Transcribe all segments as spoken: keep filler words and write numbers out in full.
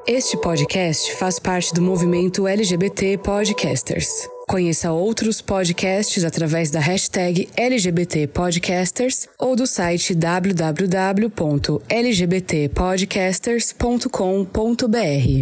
Este podcast faz parte do movimento L G B T Podcasters. Conheça outros podcasts através da hashtag L G B T Podcasters ou do site w w w ponto l g b t podcasters ponto com ponto b r.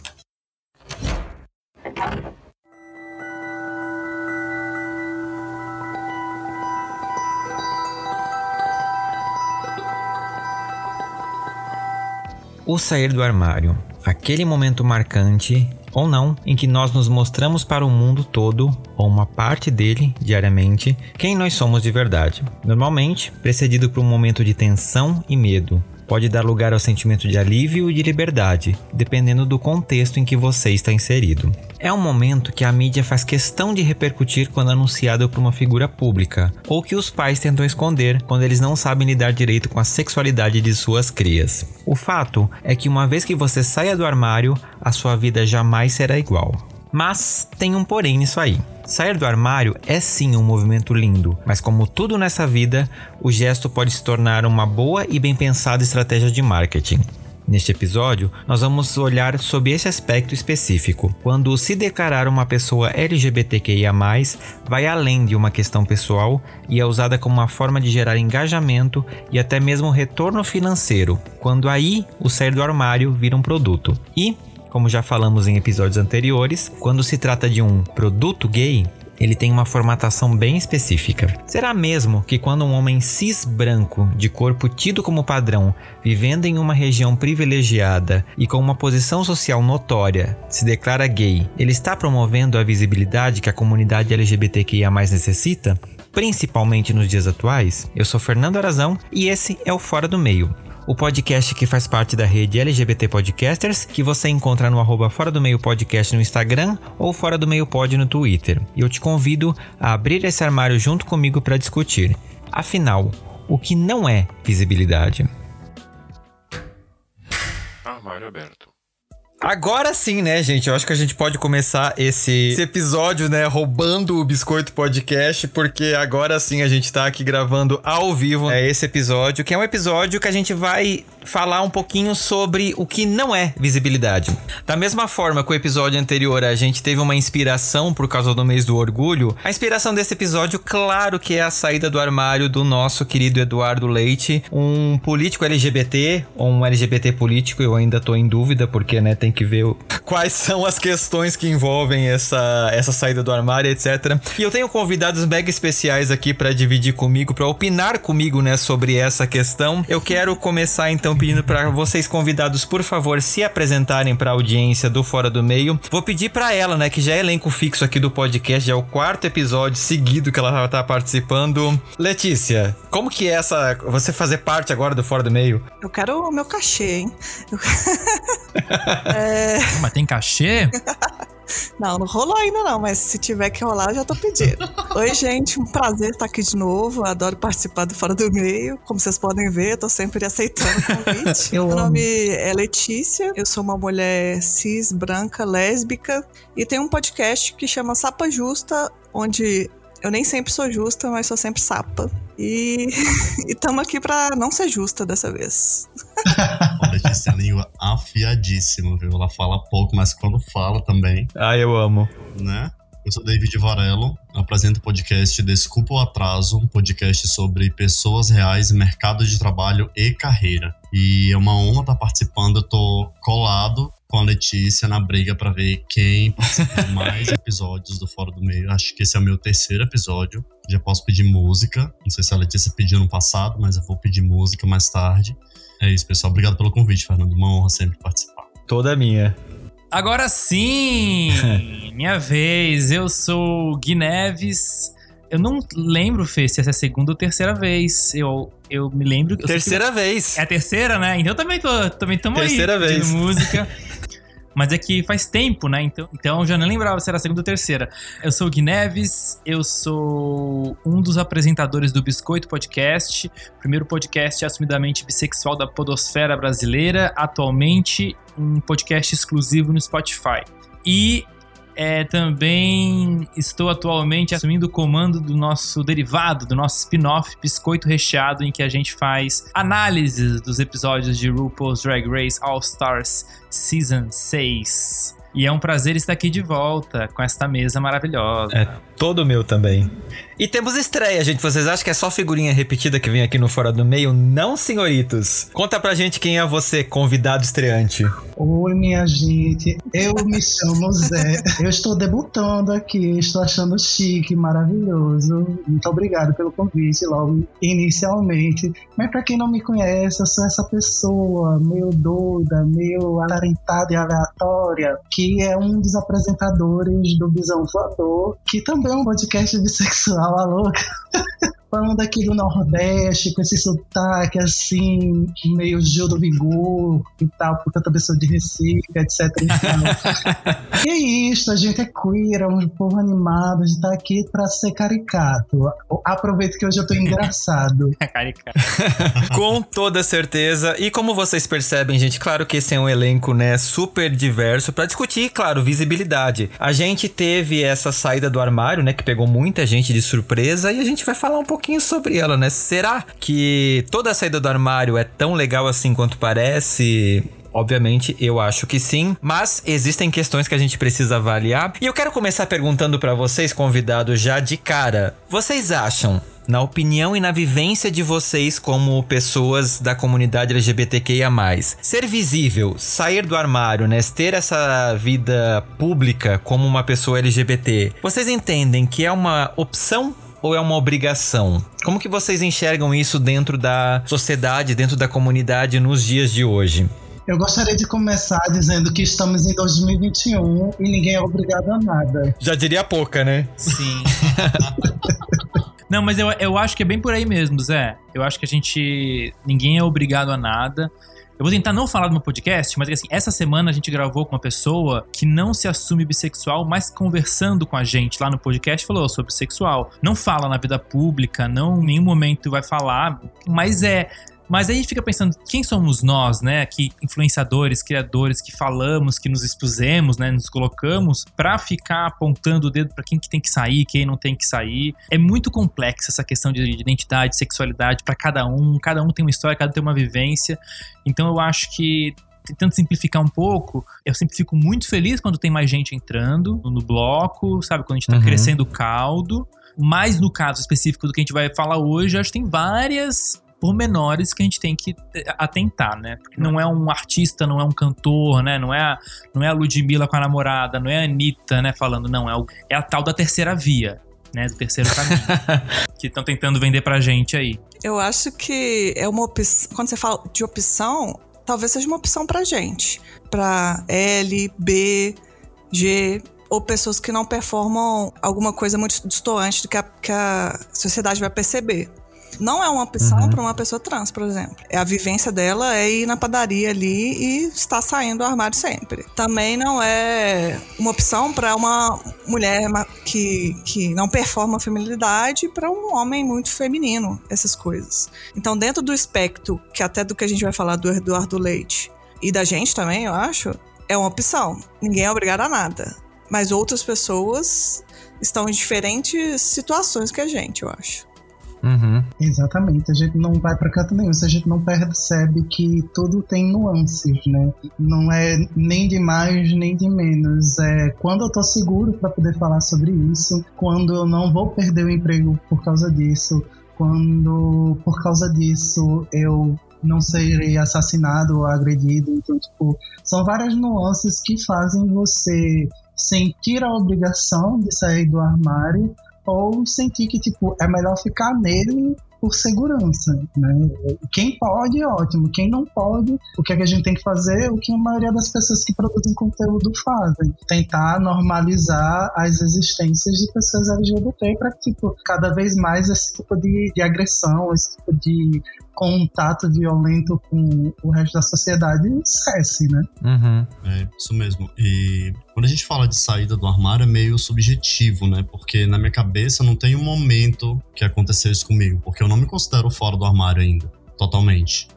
O sair do armário, aquele momento marcante, ou não, em que nós nos mostramos para o mundo todo, ou uma parte dele, diariamente, quem nós somos de verdade. Normalmente, precedido por um momento de tensão e medo. Pode dar lugar ao sentimento de alívio e de liberdade, dependendo do contexto em que você está inserido. É um momento que a mídia faz questão de repercutir quando anunciado por uma figura pública, ou que os pais tentam esconder quando eles não sabem lidar direito com a sexualidade de suas crias. O fato é que uma vez que você saia do armário, a sua vida jamais será igual. Mas tem um porém nisso aí. Sair do armário é sim um movimento lindo, mas como tudo nessa vida, o gesto pode se tornar uma boa e bem pensada estratégia de marketing. Neste episódio, nós vamos olhar sobre esse aspecto específico, quando se declarar uma pessoa L G B T Q I A mais, vai além de uma questão pessoal e é usada como uma forma de gerar engajamento e até mesmo retorno financeiro, quando aí o sair do armário vira um produto. E, como já falamos em episódios anteriores, quando se trata de um produto gay, ele tem uma formatação bem específica. Será mesmo que quando um homem cis branco, de corpo tido como padrão, vivendo em uma região privilegiada e com uma posição social notória, se declara gay, ele está promovendo a visibilidade que a comunidade L G B T Q I A mais necessita? Principalmente nos dias atuais? Eu sou Fernando Arazão e esse é o Fora do Meio, o podcast que faz parte da rede L G B T Podcasters, que você encontra no arroba Fora do Meio Podcast no Instagram ou Fora do Meio Pod no Twitter. E eu te convido a abrir esse armário junto comigo para discutir. Afinal, o que não é visibilidade? Armário aberto. Agora sim, né, gente? Eu acho que a gente pode começar esse, esse episódio, né, roubando o Biscoito Podcast, porque agora sim a gente tá aqui gravando ao vivo é, esse episódio, que é um episódio que a gente vai falar um pouquinho sobre o que não é visibilidade. Da mesma forma que o episódio anterior a gente teve uma inspiração por causa do mês do orgulho, a inspiração desse episódio, claro que é a saída do armário do nosso querido Eduardo Leite, um político L G B T, ou um L G B T político, eu ainda tô em dúvida, porque, né, tem que ver o... quais são as questões que envolvem essa, essa saída do armário, etcétera. E eu tenho convidados mega especiais aqui pra dividir comigo, pra opinar comigo, né, sobre essa questão. Eu quero começar, então, pedindo para vocês convidados, por favor, se apresentarem para a audiência do Fora do Meio. Vou pedir para ela, né, que já é elenco fixo aqui do podcast, já é o quarto episódio seguido que ela tá participando. Letícia, como que é essa, você fazer parte agora do Fora do Meio? Eu quero o meu cachê, hein? Eu... é... Mas tem cachê? Não, não rolou ainda não, mas se tiver que rolar, eu já tô pedindo. Oi, gente, um prazer estar aqui de novo. Adoro participar do Fora do Meio. Como vocês podem ver, eu tô sempre aceitando o convite. Meu nome é Letícia, eu sou uma mulher cis, branca, lésbica e tenho um podcast que chama Sapa Justa, onde eu nem sempre sou justa, mas sou sempre sapa. E estamos aqui pra não ser justa dessa vez. A Letícia é a língua afiadíssima, viu? Ela fala pouco, mas quando fala também. Ah, eu amo. Né? Eu sou David Varelo, apresento o podcast Desculpa o Atraso, um podcast sobre pessoas reais, mercado de trabalho e carreira. E é uma honra estar participando, eu tô colado com a Letícia na briga pra ver quem participa de mais episódios do Fora do Meio. Acho que esse é o meu terceiro episódio. Já posso pedir música. Não sei se a Letícia pediu no passado, mas eu vou pedir música mais tarde. É isso, pessoal. Obrigado pelo convite, Fernando. Uma honra sempre participar. Toda minha. Agora sim! Minha vez. Eu sou o Gui Neves. Eu não lembro, Fê, se essa é a segunda ou terceira vez. Eu, eu me lembro... Eu terceira que... vez. É a terceira, né? Então também tô, também tamo terceira aí vez. pedindo música. Mas é que faz tempo, né? Então, então eu já nem lembrava se era a segunda ou terceira. Eu sou o Gui Neves, eu sou um dos apresentadores do Biscoito Podcast, primeiro podcast assumidamente bissexual da podosfera brasileira, atualmente um podcast exclusivo no Spotify. E é, também estou atualmente assumindo o comando do nosso derivado, do nosso spin-off Biscoito Recheado, em que a gente faz análises dos episódios de RuPaul's Drag Race All Stars Season seis. E é um prazer estar aqui de volta com esta mesa maravilhosa. É todo meu também. E temos estreia, gente. Vocês acham que é só figurinha repetida que vem aqui no Fora do Meio? Não, senhoritos. Conta pra gente quem é você, convidado estreante. Oi, minha gente. Eu me chamo Zé. Eu estou debutando aqui. Estou achando chique, maravilhoso. Muito obrigado pelo convite logo inicialmente. Mas pra quem não me conhece, eu sou essa pessoa meio doida, meio atarentada e aleatória, que é um dos apresentadores do Bisão Voador, que também é um podcast bissexual, a louca. Falando aqui do Nordeste, com esse sotaque assim, meio Gil do Vigor e tal, porque eu também sou de Recife, etc. E é isso, a gente é queer, é um povo animado, a gente tá aqui pra ser caricato. Aproveito que hoje eu tô engraçado. Caricato. Com toda certeza. E como vocês percebem, gente, claro que esse é um elenco, né, super diverso pra discutir, claro, visibilidade. A gente teve essa saída do armário, né, que pegou muita gente de surpresa, e a gente vai falar um pouco pouquinho sobre ela, né? Será que toda a saída do armário é tão legal assim quanto parece? Obviamente, eu acho que sim, mas existem questões que a gente precisa avaliar. E eu quero começar perguntando pra vocês, convidados, já de cara. Vocês acham, na opinião e na vivência de vocês como pessoas da comunidade L G B T Q I A mais, ser visível, sair do armário, né, ter essa vida pública como uma pessoa L G B T, vocês entendem que é uma opção ou é uma obrigação? Como que vocês enxergam isso dentro da sociedade, dentro da comunidade nos dias de hoje? Eu gostaria de começar dizendo que estamos em dois mil e vinte e um e ninguém é obrigado a nada. Já diria pouca, né? Sim. Não, mas eu, eu acho que é bem por aí mesmo, Zé. Eu acho que a gente... Ninguém é obrigado a nada. Eu vou tentar não falar do meu podcast, mas assim, essa semana a gente gravou com uma pessoa que não se assume bissexual, mas conversando com a gente lá no podcast falou, eu sou bissexual. Não fala na vida pública, não em nenhum momento vai falar, mas é... Mas aí a gente fica pensando, quem somos nós, né? Que influenciadores, criadores, que falamos, que nos expusemos, né? Nos colocamos pra ficar apontando o dedo pra quem que tem que sair, quem não tem que sair. É muito complexa essa questão de identidade, sexualidade pra cada um. Cada um tem uma história, cada um tem uma vivência. Então eu acho que, tentando simplificar um pouco, eu sempre fico muito feliz quando tem mais gente entrando no bloco, sabe? Quando a gente tá uhum. crescendo o caldo. Mas no caso específico do que a gente vai falar hoje, eu acho que tem várias pormenores que a gente tem que atentar, né? Porque não é um artista, não é um cantor, né? Não é a, não é a Ludmilla com a namorada, não é a Anitta, né? Falando, não, é, o, é a tal da terceira via, né? Do terceiro caminho. Que estão tentando vender pra gente aí. Eu acho que é uma opção... Quando você fala de opção, talvez seja uma opção pra gente. Pra L, B, G... ou pessoas que não performam alguma coisa muito distoante do que a, que a sociedade vai perceber. Não é uma opção uhum. para uma pessoa trans, por exemplo. A vivência dela é ir na padaria ali e estar saindo do armário sempre. Também não é uma opção para uma mulher que, que não performa a feminilidade para um homem muito feminino, essas coisas. Então, dentro do espectro, que até do que a gente vai falar do Eduardo Leite e da gente também, eu acho, é uma opção. Ninguém é obrigado a nada. Mas outras pessoas estão em diferentes situações que a gente, eu acho. Uhum. Exatamente, a gente não vai pra canto nenhum se a gente não percebe que tudo tem nuances, né? Não é nem de mais nem de menos. É quando eu tô seguro pra poder falar sobre isso, quando eu não vou perder o emprego por causa disso, quando por causa disso eu não serei assassinado ou agredido. Então, tipo, são várias nuances que fazem você sentir a obrigação de sair do armário ou sentir que, tipo, é melhor ficar nele por segurança, né? Quem pode, ótimo. Quem não pode, o que, é que a gente tem que fazer? O que a maioria das pessoas que produzem conteúdo fazem. Tentar normalizar as existências de pessoas L G B T para que, tipo, cada vez mais esse tipo de, de agressão, esse tipo de contato violento com o resto da sociedade cesse, né? Uhum. É, isso mesmo. E quando a gente fala de saída do armário é meio subjetivo, né? Porque na minha cabeça não tem um momento que aconteceu isso comigo, porque eu não me considero fora do armário ainda, totalmente.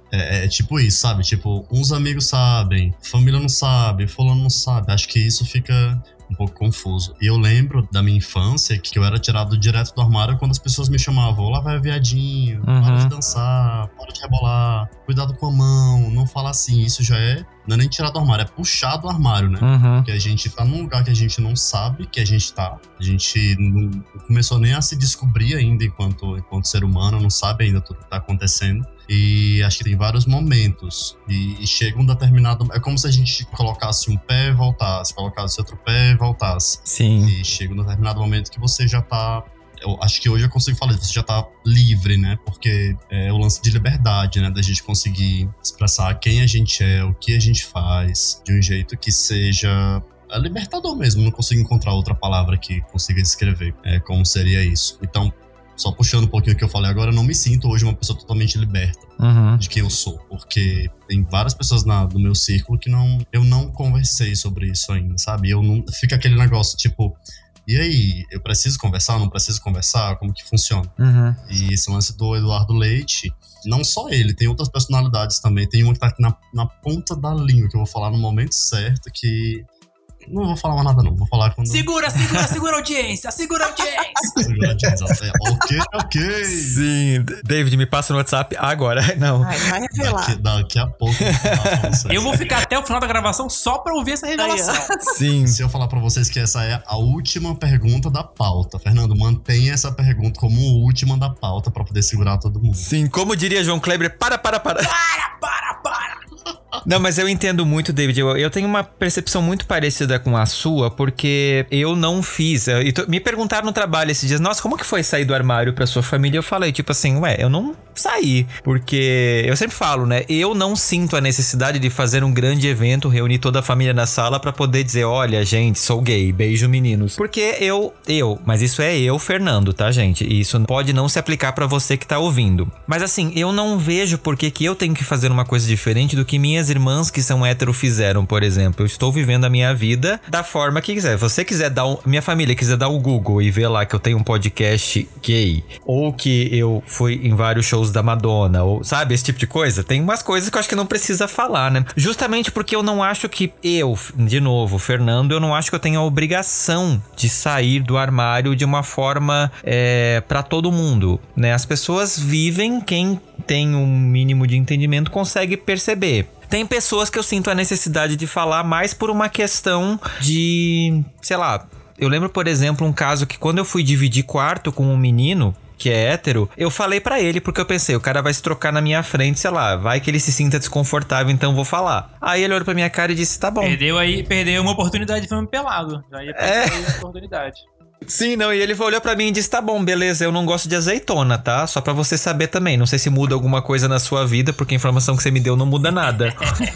É, é tipo isso, sabe? Tipo, uns amigos sabem, família não sabe, fulano não sabe. Acho que isso fica um pouco confuso. E eu lembro da minha infância que eu era tirado direto do armário quando as pessoas me chamavam: lá vai viadinho, Uhum. para de dançar, para de rebolar, cuidado com a mão, não fala assim. Isso já é, não é nem tirar do armário, é puxar do armário, né? Uhum. Porque a gente tá num lugar que a gente não sabe que a gente tá. A gente não começou nem a se descobrir ainda enquanto, enquanto ser humano, não sabe ainda tudo que tá acontecendo. E acho que tem vários momentos. E, e chega um determinado... É como se a gente colocasse um pé e voltasse, colocasse outro pé e voltasse. Sim. E chega um determinado momento que você já tá... Eu acho que hoje eu consigo falar isso, você já tá livre, né? Porque é o lance de liberdade, né? Da gente conseguir expressar quem a gente é, o que a gente faz, de um jeito que seja... É libertador mesmo, não consigo encontrar outra palavra que consiga descrever é, como seria isso. Então, só puxando um pouquinho o que eu falei agora, eu não me sinto hoje uma pessoa totalmente liberta Uhum. de quem eu sou, porque tem várias pessoas na, no meu círculo que não, eu não conversei sobre isso ainda, sabe? Eu não, fica aquele negócio, tipo, e aí, eu preciso conversar, não preciso conversar? Como que funciona? Uhum. E esse lance do Eduardo Leite, não só ele, tem outras personalidades também, tem uma que tá aqui na, na ponta da língua, que eu vou falar no momento certo, que... Não vou falar mais nada não, vou falar quando... Segura, segura, segura a audiência, segura a audiência. Segura a audiência. É, ok, ok. Sim. David, me passa no WhatsApp agora. Não. Ai, vai revelar. Daqui, daqui a pouco eu vou falar pra vocês. Eu vou ficar até o final da gravação só pra ouvir essa revelação. Sim. Se eu falar pra vocês que essa é a última pergunta da pauta, Fernando, mantenha essa pergunta como última da pauta pra poder segurar todo mundo. Sim, como diria João Kleber, para, para, para. Para, para, para. Não, mas eu entendo muito, David. Eu, eu tenho uma percepção muito parecida com a sua, porque eu não fiz. Eu, tô, me perguntaram no trabalho esses dias: nossa, como que foi sair do armário pra sua família? Eu falei, tipo assim, ué, eu não saí. Porque eu sempre falo, né? Eu não sinto a necessidade de fazer um grande evento, reunir toda a família na sala pra poder dizer: olha, gente, sou gay, beijo meninos. Porque eu, eu, mas isso é eu, Fernando, tá, gente? E isso pode não se aplicar pra você que tá ouvindo. Mas assim, eu não vejo por que que eu tenho que fazer uma coisa diferente do que minhas irmãs que são hétero fizeram, por exemplo. Eu estou vivendo a minha vida da forma que quiser. Se você quiser dar um... Minha família quiser dar um Google e ver lá que eu tenho um podcast gay, ou que eu fui em vários shows da Madonna, ou sabe, esse tipo de coisa, tem umas coisas que eu acho que não precisa falar, né? Justamente porque eu não acho que eu, de novo, Fernando, eu não acho que eu tenho a obrigação de sair do armário de uma forma é, pra todo mundo, né? As pessoas vivem, quem tem um mínimo de entendimento consegue perceber. Tem pessoas que eu sinto a necessidade de falar mais por uma questão de, sei lá, eu lembro, por exemplo, um caso que quando eu fui dividir quarto com um menino que é hétero, eu falei pra ele porque eu pensei, o cara vai se trocar na minha frente, sei lá, vai que ele se sinta desconfortável, então eu vou falar. Aí ele olhou pra minha cara e disse, tá bom. Perdeu aí, perdeu uma oportunidade de filme pelado. Já ia perder É. uma oportunidade. Sim, não, e ele olhou pra mim e disse, tá bom, beleza, eu não gosto de azeitona, tá? Só pra você saber também, não sei se muda alguma coisa na sua vida, porque a informação que você me deu não muda nada.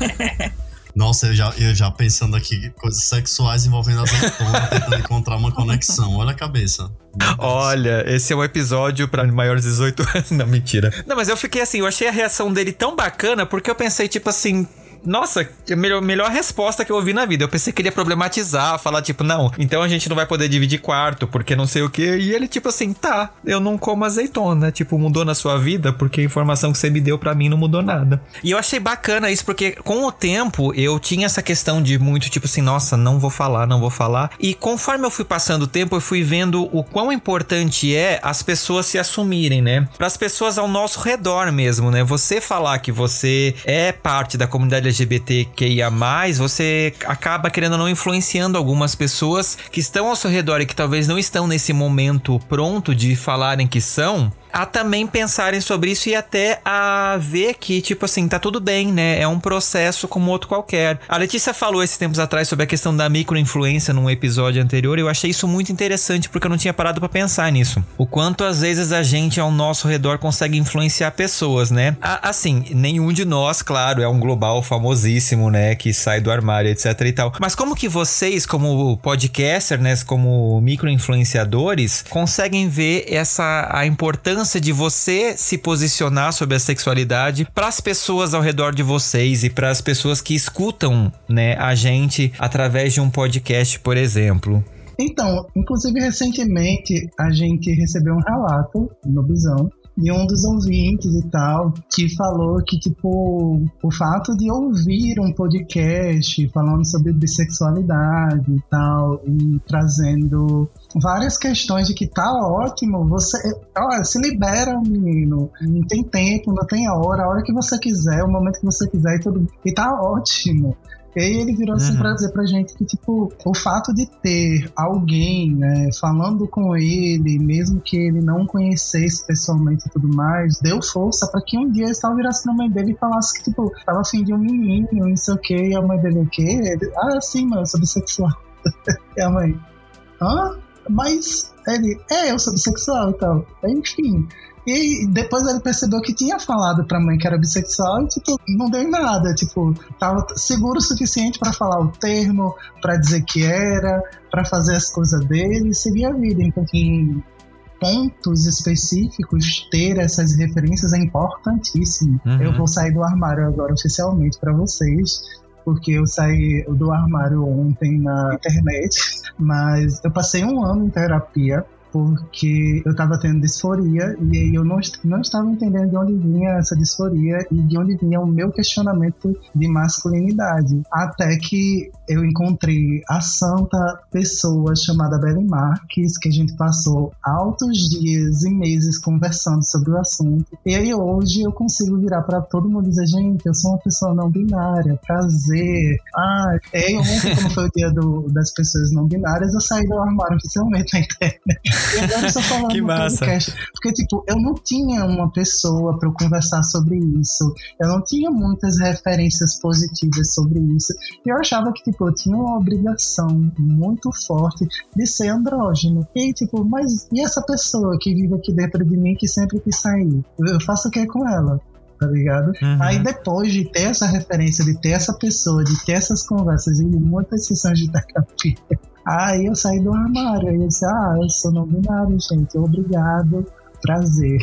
Nossa, eu já, eu já pensando aqui, coisas sexuais envolvendo azeitona, tentando encontrar uma conexão. Olha a cabeça. Olha, esse é um episódio pra maiores de dezoito anos. Não, mentira. Não, mas eu fiquei assim, eu achei a reação dele tão bacana, porque eu pensei, tipo assim... Nossa, a melhor, melhor resposta que eu ouvi na vida. Eu pensei que ele ia problematizar, falar tipo, não, então a gente não vai poder dividir quarto, porque não sei o que. E ele tipo assim, tá, eu não como azeitona. Tipo, mudou na sua vida, porque a informação que você me deu pra mim não mudou nada. E eu achei bacana isso, porque com o tempo eu tinha essa questão de muito tipo assim, nossa, não vou falar, não vou falar. E conforme eu fui passando o tempo, eu fui vendo o quão importante é as pessoas se assumirem, né? Para as pessoas ao nosso redor mesmo, né? Você falar que você é parte da comunidade L G B T Q I A mais, você acaba querendo ou não influenciando algumas pessoas que estão ao seu redor e que talvez não estão nesse momento pronto de falarem que são, a também pensarem sobre isso e até a ver que, tipo assim, tá tudo bem, né? É um processo como outro qualquer. A Letícia falou esses tempos atrás sobre a questão da microinfluência num episódio anterior. Eu achei isso muito interessante porque eu não tinha parado pra pensar nisso. O quanto às vezes a gente ao nosso redor consegue influenciar pessoas, né? A, assim, nenhum de nós, claro, é um global famosíssimo, né? Que sai do armário, etc e tal. Mas como que vocês, como podcaster, né? Como microinfluenciadores, conseguem ver essa, a importância de você se posicionar sobre a sexualidade para as pessoas ao redor de vocês e para as pessoas que escutam, né, a gente através de um podcast, por exemplo? Então, inclusive recentemente a gente recebeu um relato no Bisão de um dos ouvintes e tal, que falou que, tipo, o fato de ouvir um podcast falando sobre bissexualidade e tal, e trazendo várias questões de que tá ótimo, você, olha, se libera, menino, não tem tempo, não tem hora, a hora que você quiser, o momento que você quiser e tudo, e tá ótimo. E aí ele virou assim uhum. pra dizer pra gente que, tipo, o fato de ter alguém, né, falando com ele, mesmo que ele não conhecesse pessoalmente e tudo mais, deu força pra que um dia ele só virasse pra mãe dele e falasse que, tipo, tava afim de um menino, não sei o quê, e a mãe dele, o quê? Ele, ah, sim, mãe, eu sou bissexual. E a mãe, hã? Mas ele, é, eu sou bissexual e tal. Enfim. E depois ele percebeu que tinha falado pra mãe que era bissexual e, tipo, não deu em nada. Tipo, tava seguro o suficiente pra falar o termo, pra dizer que era, pra fazer as coisas dele e seguir a vida. Então, em pontos específicos, ter essas referências é importantíssimo. Uhum. Eu vou sair do armário agora oficialmente pra vocês, porque eu saí do armário ontem na internet, mas eu passei um ano em terapia, porque eu estava tendo disforia e aí eu não, não estava entendendo de onde vinha essa disforia e de onde vinha o meu questionamento de masculinidade. Até que eu encontrei a santa pessoa chamada Belle Marques, que a gente passou altos dias e meses conversando sobre o assunto. E aí hoje eu consigo virar para todo mundo e dizer, gente, eu sou uma pessoa não binária, prazer. Ah, é, ontem, como foi o dia do, das pessoas não binárias, eu saí do armário oficialmente na internet. E agora eu estou falando que no massa. podcast. Porque, tipo, eu não tinha uma pessoa para eu conversar sobre isso. Eu não tinha muitas referências positivas sobre isso. E eu achava que, tipo, eu tinha uma obrigação muito forte de ser andrógeno. E, tipo, mas e essa pessoa que vive aqui dentro de mim que sempre quis sair? Eu faço o que com ela? Tá ligado? Uhum. Aí depois de ter essa referência, de ter essa pessoa, de ter essas conversas e muitas sessões de terapia, aí eu saí do armário. Aí eu disse, ah, eu sou não binário, gente. Obrigado, prazer.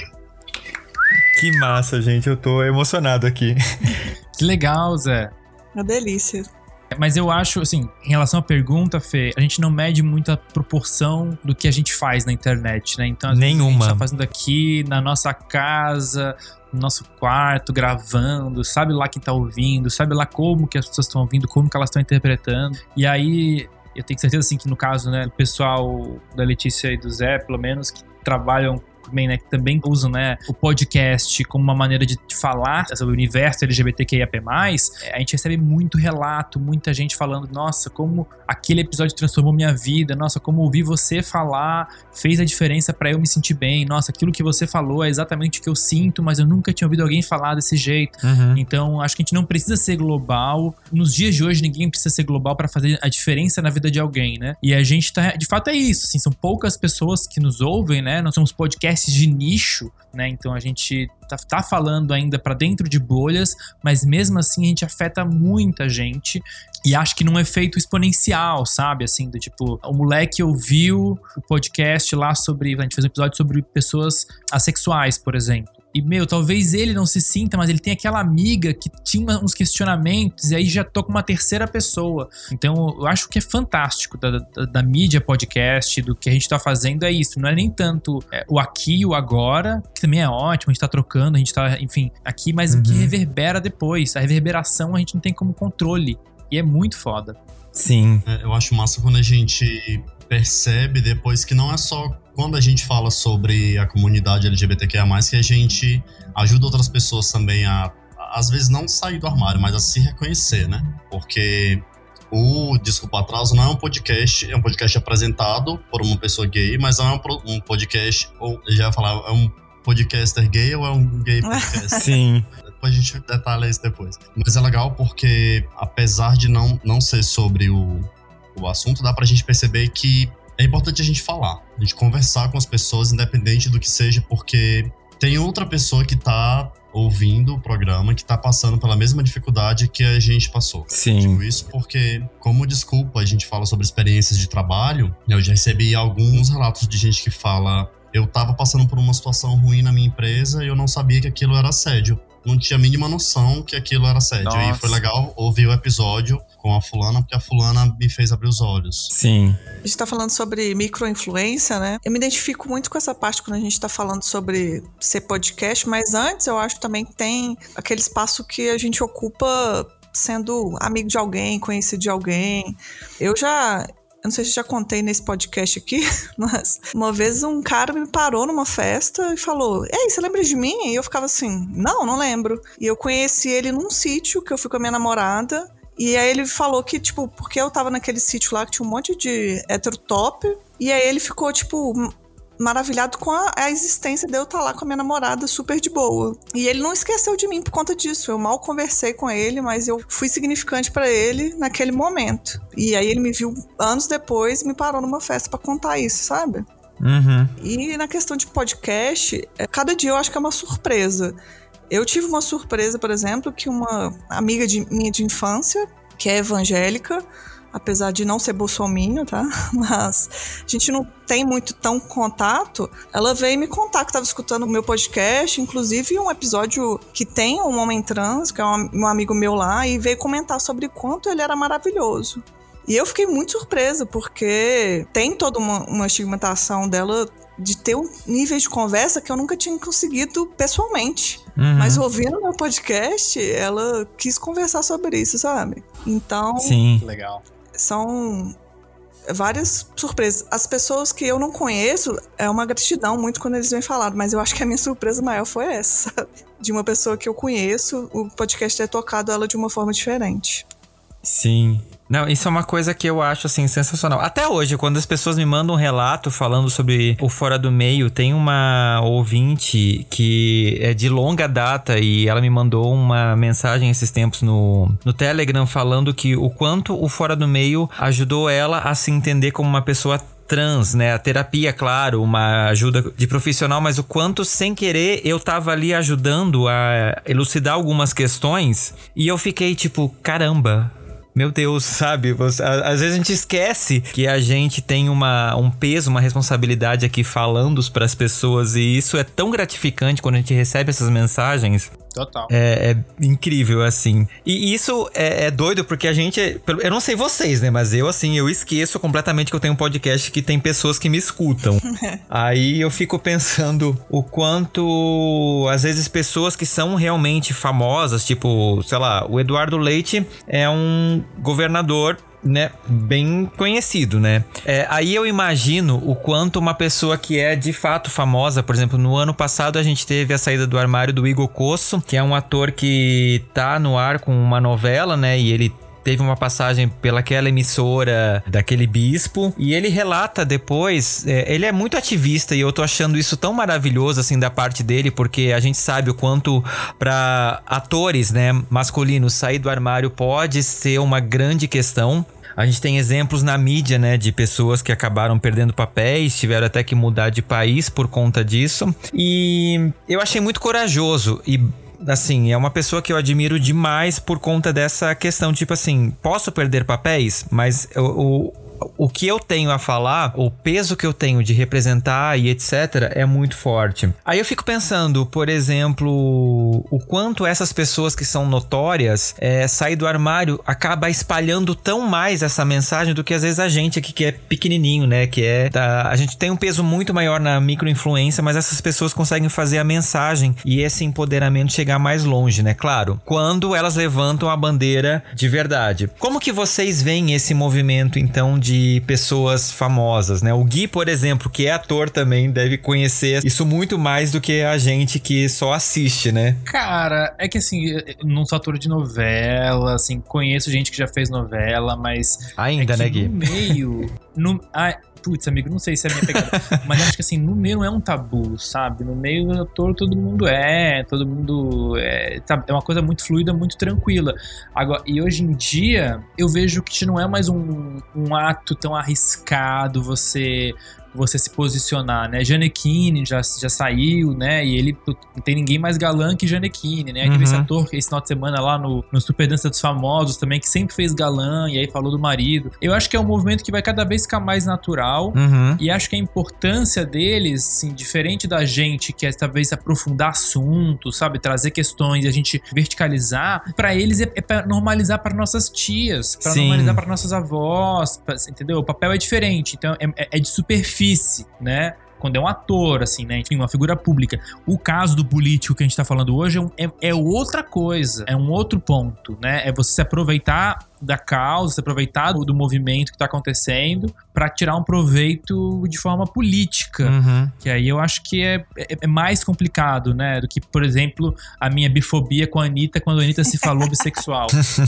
Que massa, gente. Eu tô emocionado aqui. Que legal, Zé. Uma delícia. Mas eu acho, assim, em relação à pergunta, Fê, a gente não mede muito a proporção do que a gente faz na internet, né? Então, às Nenhuma. vezes a gente tá fazendo aqui, na nossa casa, no nosso quarto, gravando, sabe lá quem tá ouvindo, sabe lá como que as pessoas estão ouvindo, como que elas estão interpretando. E aí, eu tenho certeza, assim, que no caso, né, o pessoal da Letícia e do Zé, pelo menos, que trabalham também, né, que também usam, né, o podcast como uma maneira de falar sobre o universo L G B T Q I A P mais, a gente recebe muito relato, muita gente falando, nossa, como aquele episódio transformou minha vida, nossa, como ouvir você falar fez a diferença pra eu me sentir bem, nossa, aquilo que você falou é exatamente o que eu sinto, mas eu nunca tinha ouvido alguém falar desse jeito. Uhum. Então, acho que a gente não precisa ser global. Nos dias de hoje, ninguém precisa ser global pra fazer a diferença na vida de alguém, né? E a gente tá, de fato é isso, assim, são poucas pessoas que nos ouvem, né? Nós somos podcasts de nicho, né? Então a gente tá, tá falando ainda pra dentro de bolhas, mas mesmo assim a gente afeta muita gente e acho que num efeito exponencial, sabe? Assim, do tipo, o moleque ouviu o podcast lá sobre, a gente fez um episódio sobre pessoas assexuais, por exemplo. E, meu, talvez ele não se sinta, mas ele tem aquela amiga que tinha uns questionamentos e aí já tô com uma terceira pessoa. Então, eu acho que é fantástico da, da, da mídia podcast, do que a gente tá fazendo, é isso. Não é nem tanto é, o aqui e o agora, que também é ótimo, a gente tá trocando, a gente tá, enfim, aqui, mas uhum. o que reverbera depois. A reverberação a gente não tem como controle. E é muito foda. Sim. É, eu acho massa quando a gente percebe depois que não é só quando a gente fala sobre a comunidade L G B T Q I A mais, que a gente ajuda outras pessoas também a, a, às vezes, não sair do armário, mas a se reconhecer, né? Porque o Desculpa o Atraso não é um podcast, é um podcast apresentado por uma pessoa gay, mas não é um, um podcast, ou já ia falar, é um podcaster gay ou é um gay podcast? Sim. Depois a gente detalha isso depois. Mas é legal porque, apesar de não, não ser sobre o, o assunto, dá pra gente perceber que é importante a gente falar, a gente conversar com as pessoas, independente do que seja, porque tem outra pessoa que tá ouvindo o programa, que tá passando pela mesma dificuldade que a gente passou. Sim. Digo isso porque, como Desculpa, a gente fala sobre experiências de trabalho, eu já recebi alguns relatos de gente que fala: eu tava passando por uma situação ruim na minha empresa e eu não sabia que aquilo era assédio. não tinha a mínima noção que aquilo era assédio. Nossa. E foi legal ouvir o episódio com a fulana, porque a fulana me fez abrir os olhos. Sim. A gente tá falando sobre micro-influência, né? Eu me identifico muito com essa parte quando a gente tá falando sobre ser podcast, mas antes eu acho também que tem aquele espaço que a gente ocupa sendo amigo de alguém, conhecido de alguém. Eu já... Eu não sei se já contei nesse podcast aqui, mas uma vez um cara me parou numa festa e falou: "Ei, você lembra de mim?" E eu ficava assim: "Não, não lembro." E eu conheci ele num sítio que eu fui com a minha namorada. E aí ele falou que, tipo, porque eu tava naquele sítio lá que tinha um monte de hétero top. E aí ele ficou, tipo, maravilhado com a, a existência de eu estar lá com a minha namorada super de boa. E ele não esqueceu de mim por conta disso. Eu mal conversei com ele, mas eu fui significante pra ele naquele momento. E aí ele me viu anos depois e me parou numa festa pra contar isso, sabe? Uhum. E na questão de podcast, cada dia eu acho que é uma surpresa. Eu tive uma surpresa, por exemplo, que uma amiga de, minha de infância, que é evangélica, apesar de não ser bolsominion, tá? Mas a gente não tem muito tão contato. Ela veio me contar que estava escutando o meu podcast, inclusive um episódio que tem um homem trans, que é um, um amigo meu lá, e veio comentar sobre quanto ele era maravilhoso. E eu fiquei muito surpresa, porque tem toda uma, uma estigmatização dela de ter um nível de conversa que eu nunca tinha conseguido pessoalmente. Uhum. Mas ouvindo o meu podcast, ela quis conversar sobre isso, sabe? Então... Sim. Legal. São várias surpresas. As pessoas que eu não conheço, é uma gratidão muito quando eles vêm falar, mas eu acho que a minha surpresa maior foi essa, sabe? De uma pessoa que eu conheço, o podcast ter tocado ela de uma forma diferente. Sim. Não, isso é uma coisa que eu acho, assim, sensacional. Até hoje, quando as pessoas me mandam um relato falando sobre o Fora do Meio, tem uma ouvinte que é de longa data e ela me mandou uma mensagem esses tempos no, no Telegram falando que o quanto o Fora do Meio ajudou ela a se entender como uma pessoa trans, né? A terapia, claro, uma ajuda de profissional, mas o quanto, sem querer, eu tava ali ajudando a elucidar algumas questões e eu fiquei tipo, caramba... Meu Deus, sabe? Você, às vezes a gente esquece que a gente tem uma, um peso, uma responsabilidade aqui falando para as pessoas, e isso é tão gratificante quando a gente recebe essas mensagens. Total. É, é incrível, assim. E isso é, é doido porque a gente... Eu não sei vocês, né? Mas eu, assim, eu esqueço completamente que eu tenho um podcast que tem pessoas que me escutam. Aí eu fico pensando o quanto, às vezes, pessoas que são realmente famosas, tipo, sei lá, o Eduardo Leite é um governador, né, bem conhecido, né? É, aí eu imagino o quanto uma pessoa que é de fato famosa, por exemplo, no ano passado a gente teve a saída do armário do Igor Cosso, que é um ator que tá no ar com uma novela, né? E ele teve uma passagem pelaquela emissora daquele bispo, e ele relata depois, é, ele é muito ativista, e eu tô achando isso tão maravilhoso, assim, da parte dele, porque a gente sabe o quanto pra atores, né, masculinos, sair do armário pode ser uma grande questão. A gente tem exemplos na mídia, né, de pessoas que acabaram perdendo papéis, tiveram até que mudar de país por conta disso, e eu achei muito corajoso, e assim, é uma pessoa que eu admiro demais por conta dessa questão, tipo assim, posso perder papéis, mas o, o, o que eu tenho a falar, o peso que eu tenho de representar e etcétera é muito forte. Aí eu fico pensando, por exemplo, o quanto essas pessoas que são notórias, é, sair do armário acaba espalhando tão mais essa mensagem do que às vezes a gente aqui que é pequenininho, né, que é, tá, a gente tem um peso muito maior na microinfluência, mas essas pessoas conseguem fazer a mensagem e esse empoderamento chegar mais longe, né? Claro, quando elas levantam a bandeira de verdade. Como que vocês veem esse movimento, então, de pessoas famosas, né? O Gui, por exemplo, que é ator também, deve conhecer isso muito mais do que a gente que só assiste, né? Cara, é que assim, eu não sou ator de novela, assim, conheço gente que já fez novela, mas... Ainda, é que né, Gui? no meio... No, ah, putz, amigo, não sei se é a minha pegada. Mas acho que assim, no meio não é um tabu, sabe? No meio do ator todo mundo é, todo mundo é, tá, é uma coisa muito fluida, muito tranquila. Agora, e hoje em dia, eu vejo que não é mais um, um ato tão arriscado você você se posicionar, né? Janequine já, já saiu, né? E ele não tem ninguém mais galã que Janequine, né? Uhum. Teve esse ator esse final de semana lá no, no Super Dança dos Famosos também, que sempre fez galã e aí falou do marido. Eu acho que é um movimento que vai cada vez ficar mais natural, uhum. e acho que a importância deles, assim, diferente da gente, que é talvez aprofundar assuntos, sabe? Trazer questões e a gente verticalizar, pra eles é, é pra normalizar para nossas tias, pra Sim. normalizar para nossas avós, pra, entendeu? O papel é diferente, então é, é de superfície, né? Quando é um ator, assim, né? Enfim, uma figura pública. O caso do político que a gente tá falando hoje é, um, é, é outra coisa, é um outro ponto, né? É você se aproveitar da causa, se aproveitar do, do movimento que tá acontecendo pra tirar um proveito de forma política. Uhum. Que aí eu acho que é, é, é mais complicado, né? Do que, por exemplo, a minha bifobia com a Anitta quando a Anitta se falou bissexual.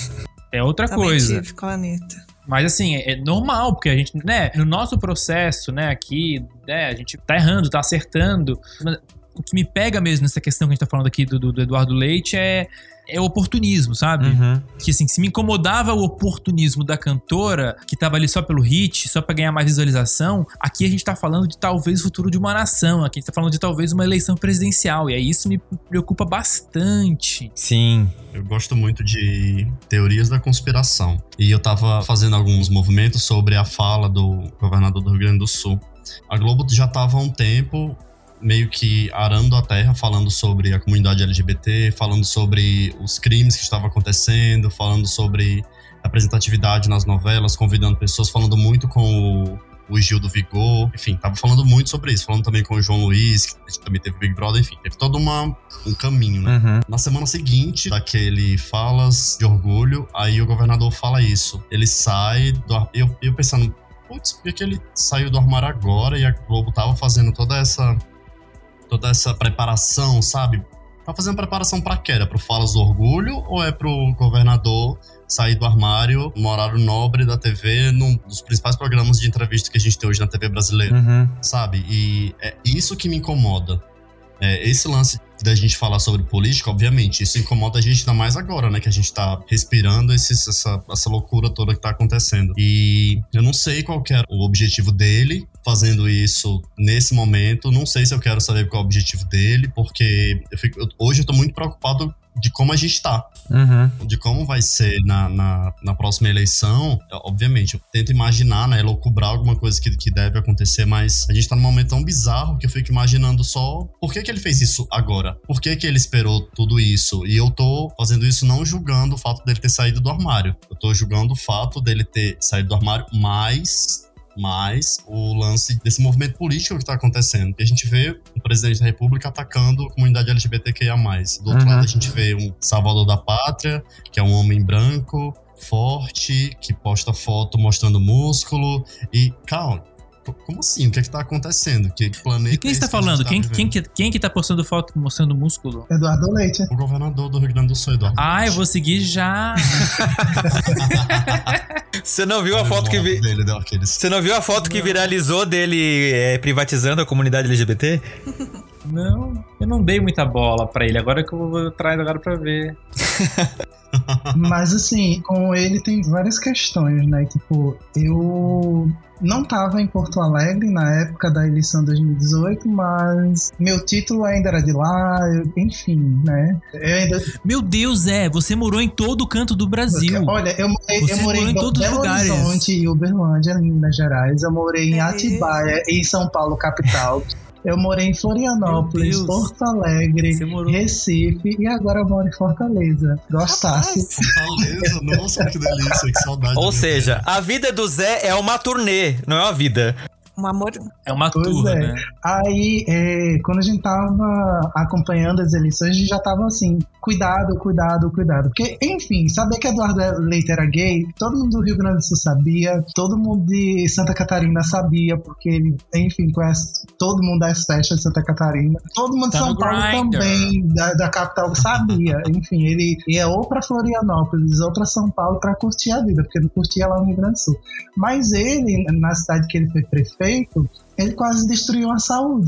É outra Também coisa. Tive com a Anitta. Mas assim, é normal, porque a gente, né, no nosso processo, né, aqui, né, a gente tá errando, tá acertando. Mas o que me pega mesmo nessa questão que a gente tá falando aqui do, do Eduardo Leite é, é o oportunismo, sabe? Uhum. Que assim, se me incomodava o oportunismo da cantora, que tava ali só pelo hit, só pra ganhar mais visualização, aqui a gente tá falando de talvez o futuro de uma nação, aqui a gente tá falando de talvez uma eleição presidencial, e aí isso me preocupa bastante. Sim. Eu gosto muito de teorias da conspiração. E eu tava fazendo alguns movimentos sobre a fala do governador do Rio Grande do Sul. A Globo já tava há um tempo meio que arando a terra, falando sobre a comunidade L G B T, falando sobre os crimes que estavam acontecendo, falando sobre representatividade nas novelas, convidando pessoas, falando muito com o, o Gil do Vigor, enfim, tava falando muito sobre isso, falando também com o João Luiz, que também teve Big Brother, enfim, teve todo uma, um caminho, né? Uhum. Na semana seguinte, daquele Falas de Orgulho, aí o governador fala isso, ele sai, do, eu, eu pensando, putz, por que, que ele saiu do armário agora e a Globo tava fazendo toda essa toda essa preparação, sabe? Tá fazendo preparação pra quê? Era pro Falas do Orgulho ou é pro governador sair do armário no horário nobre da T V, num dos principais programas de entrevista que a gente tem hoje na T V brasileira, uhum. sabe? E é isso que me incomoda. É, esse lance da gente falar sobre política, obviamente, isso incomoda a gente ainda mais agora, né? Que a gente tá respirando esse, essa, essa loucura toda que tá acontecendo. E eu não sei qual que era o objetivo dele fazendo isso nesse momento. Não sei se eu quero saber qual é o objetivo dele, porque eu fico, eu, hoje eu tô muito preocupado de como a gente tá. Uhum. De como vai ser na, na, na próxima eleição. Obviamente, eu tento imaginar, né? Elocubrar alguma coisa que, que deve acontecer, mas a gente tá num momento tão bizarro que eu fico imaginando só por que que ele fez isso agora? Por que que ele esperou tudo isso? E eu tô fazendo isso não julgando o fato dele ter saído do armário. Eu tô julgando o fato dele ter saído do armário, mas... mas o lance desse movimento político que tá acontecendo. E a gente vê o presidente da República atacando a comunidade L G B T Q I A mais. Do outro uhum. lado, a gente vê um salvador da pátria, que é um homem branco, forte, que posta foto mostrando músculo. E, calma, como assim? O que é que tá acontecendo? Que planeta e quem está falando? Quem, quem, que, quem que tá postando foto mostrando músculo? Eduardo Leite. O governador do Rio Grande do Sul, Eduardo Ah, Leite. Eu vou seguir já. Você não viu a foto que vi... dele, daqueles... Você não viu a foto que viralizou dele é, privatizando a comunidade L G B T? Não, eu não dei muita bola pra ele. Agora que eu vou atrás agora pra ver. Mas assim, com ele tem várias questões, né? Tipo, eu não tava em Porto Alegre na época da eleição de dois mil e dezoito, mas meu título ainda era de lá, eu, enfim, né? Eu ainda... Meu Deus, é, você morou em todo canto do Brasil. Olha, eu morei, eu morei em todos os lugares. Belo Horizonte e Uberlândia, em Minas Gerais. Eu morei em Atibaia, em São Paulo, capital. Eu morei em Florianópolis, Porto Alegre, Recife e agora eu moro em Fortaleza. Gostasse. Fortaleza, nossa, que delícia, que saudade. Ou seja, a vida do Zé é uma turnê, não é uma vida. Um amor. É uma pois tour, é. né? Aí, é, quando a gente tava acompanhando as eleições, a gente já tava assim, cuidado, cuidado, cuidado. Porque, enfim, saber que Eduardo Leite era gay, todo mundo do Rio Grande do Sul sabia, todo mundo de Santa Catarina sabia, porque ele, enfim, conhece todo mundo das festas de Santa Catarina. Todo mundo de tá São Paulo Grindr. Também, da, da capital, sabia. Enfim, ele ia ou pra Florianópolis ou pra São Paulo pra curtir a vida, porque não curtia lá no Rio Grande do Sul. Mas ele, na cidade que ele foi prefeito, ele quase destruiu a saúde.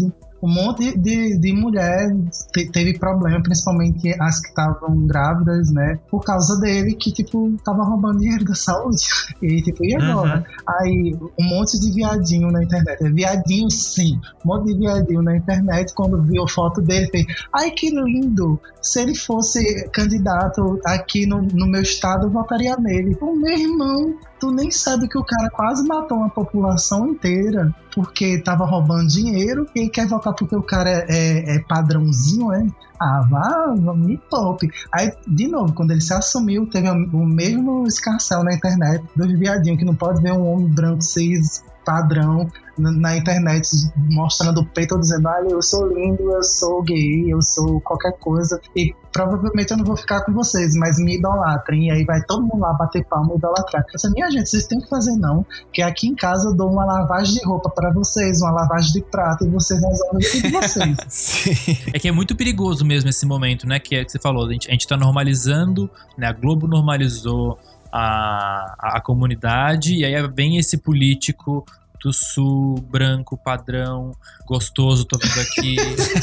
um monte de, de mulher te, teve problema, principalmente as que estavam grávidas, né? Por causa dele, que, tipo, tava roubando dinheiro da saúde. E, tipo, e agora? Uhum. Aí, um monte de viadinho na internet. É viadinho, sim. Um monte de viadinho na internet, quando viu foto dele, fez, ai, que lindo! Se ele fosse candidato aqui no, no meu estado, eu votaria nele. O meu irmão, tu nem sabe que o cara quase matou uma população inteira porque tava roubando dinheiro e quer votar porque o cara é, é, é padrãozinho, é? Ah, vá, me poupe. Aí, de novo, quando ele se assumiu, teve o mesmo escarcéu na internet dos viadinhos, que não pode ver um homem branco cis padrão na, na internet mostrando o peito, dizendo, olha, eu sou lindo, eu sou gay, eu sou qualquer coisa e provavelmente eu não vou ficar com vocês, mas me idolatrem. E aí vai todo mundo lá bater palma e idolatrar. Eu disse, minha gente, vocês têm que fazer não, que aqui em casa eu dou uma lavagem de roupa pra vocês, uma lavagem de prato, e vocês resolvem tudo de vocês. Sim. É que é muito perigoso mesmo esse momento, né, que é que você falou, a gente, a gente tá normalizando, né, a Globo normalizou A, a comunidade, e aí vem esse político do sul, branco, padrão, gostoso, tô vendo aqui.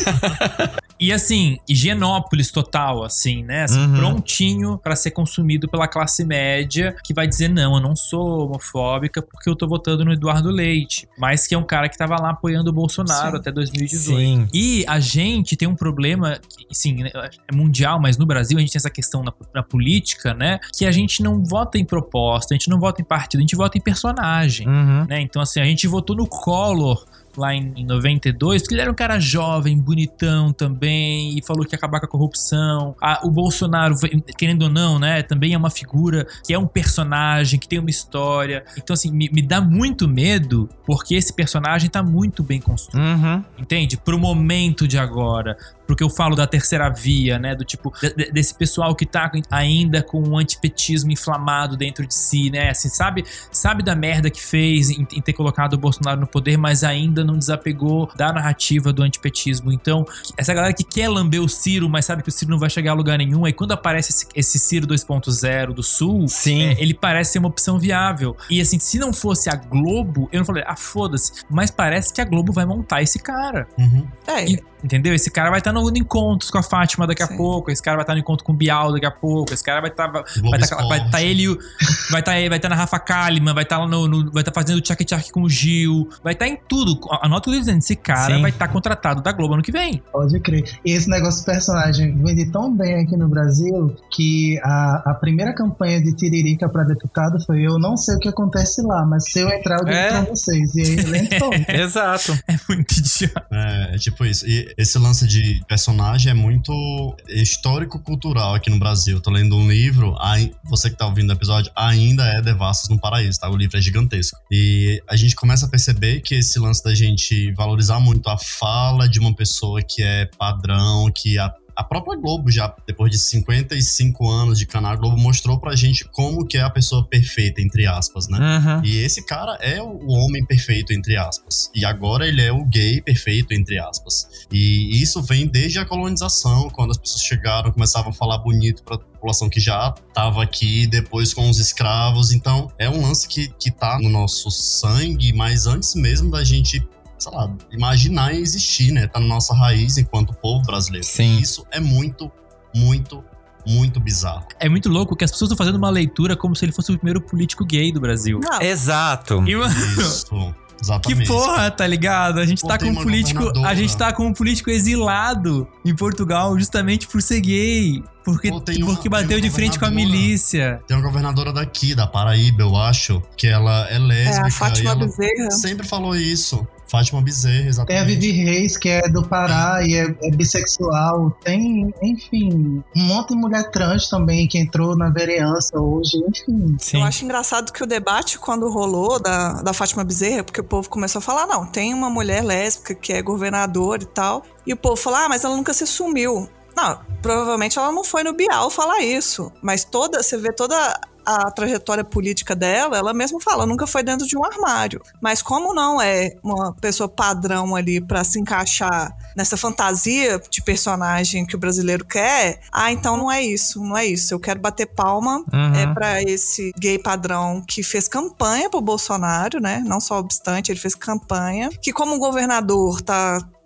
E assim, Higienópolis total, assim, né? Assim, uhum. Prontinho pra ser consumido pela classe média, que vai dizer, não, eu não sou homofóbica porque eu tô votando no Eduardo Leite. Mas que é um cara que tava lá apoiando o Bolsonaro, sim, até dois mil e dezoito. Sim. E a gente tem um problema, que, sim, é mundial, mas no Brasil a gente tem essa questão na, na política, né? Que a gente não vota em proposta, a gente não vota em partido, a gente vota em personagem, uhum. né? Então, assim, a gente votou no Collor lá em, em noventa e dois, porque ele era um cara jovem, bonitão também, e falou que ia acabar com a corrupção. Ah, o Bolsonaro, querendo ou não, né, também é uma figura que é um personagem, que tem uma história. Então, assim, me, me dá muito medo, porque esse personagem tá muito bem construído. Uhum. Entende? Pro momento de agora. Porque eu falo da terceira via, né? Do tipo, de, desse pessoal que tá ainda com um antipetismo inflamado dentro de si, né? Assim, sabe, sabe da merda que fez em, em ter colocado o Bolsonaro no poder, mas ainda não desapegou da narrativa do antipetismo. Então, essa galera que quer lamber o Ciro, mas sabe que o Ciro não vai chegar a lugar nenhum, aí quando aparece esse, esse Ciro dois ponto zero do Sul, é, ele parece ser uma opção viável. E assim, se não fosse a Globo, eu não falei, ah, foda-se, mas parece que a Globo vai montar esse cara. Uhum. É, e, entendeu? Esse cara vai estar no, no encontros com a Fátima daqui Sim. a pouco, esse cara vai estar no encontro com o Bial daqui a pouco, esse cara vai estar vai estar vai estar ele vai estar vai estar na Rafa Kalimann, vai estar lá no, no vai estar fazendo o tchac-tchac com o Gil, vai estar em tudo. Anota o que eu tô dizendo, esse cara Sim. vai estar contratado da Globo ano que vem. Pode crer. E esse negócio do personagem vende tão bem aqui no Brasil que a, a primeira campanha de Tiririca para deputado foi, eu não sei o que acontece lá, mas se eu entrar eu digo é. pra vocês. E aí ele entrou. Exato. É muito idiota. É, é tipo isso. E esse lance de personagem é muito histórico-cultural aqui no Brasil. Eu tô lendo um livro, você que tá ouvindo o episódio, ainda é Devassos no Paraíso, tá? O livro é gigantesco. E a gente começa a perceber que esse lance da gente valorizar muito a fala de uma pessoa que é padrão, que a A própria Globo já, depois de cinquenta e cinco anos de canal, a Globo mostrou pra gente como que é a pessoa perfeita, entre aspas, né? Uhum. E esse cara é o homem perfeito, entre aspas. E agora ele é o gay perfeito, entre aspas. E isso vem desde a colonização, quando as pessoas chegaram, começavam a falar bonito pra população que já tava aqui, depois com os escravos. Então, é um lance que, que tá no nosso sangue, mas antes mesmo da gente, sei lá, imaginar e existir, né? Tá na nossa raiz enquanto povo brasileiro. Sim. E isso é muito, muito, muito bizarro. É muito louco que as pessoas estão fazendo uma leitura como se ele fosse o primeiro político gay do Brasil. Não. Exato. E, mano, isso. Exatamente. Que porra, tá ligado? A gente Pô, tá com um político, a gente tá com um político exilado em Portugal justamente por ser gay. Porque, Pô, uma, porque bateu de frente com a milícia. Tem uma governadora daqui, da Paraíba, eu acho, que ela é lésbica. É, a Fátima Bezerra. Sempre falou isso. Fátima Bezerra, exatamente. Tem a Vivi Reis, que é do Pará e é, é bissexual. Tem, enfim, um monte de mulher trans também que entrou na vereança hoje, enfim. Sim. Eu acho engraçado que o debate, quando rolou da, da Fátima Bezerra, porque o povo começou a falar, não, tem uma mulher lésbica que é governadora e tal, e o povo falou, ah, mas ela nunca se assumiu. Não, provavelmente ela não foi no Bial falar isso, mas toda, você vê toda a trajetória política dela, ela mesma fala, nunca foi dentro de um armário. Mas como não é uma pessoa padrão ali pra se encaixar nessa fantasia de personagem que o brasileiro quer, ah, então não é isso, não é isso. Eu quero bater palma uhum. é pra esse gay padrão que fez campanha pro Bolsonaro, né? Não só obstante, ele fez campanha, que como governador tá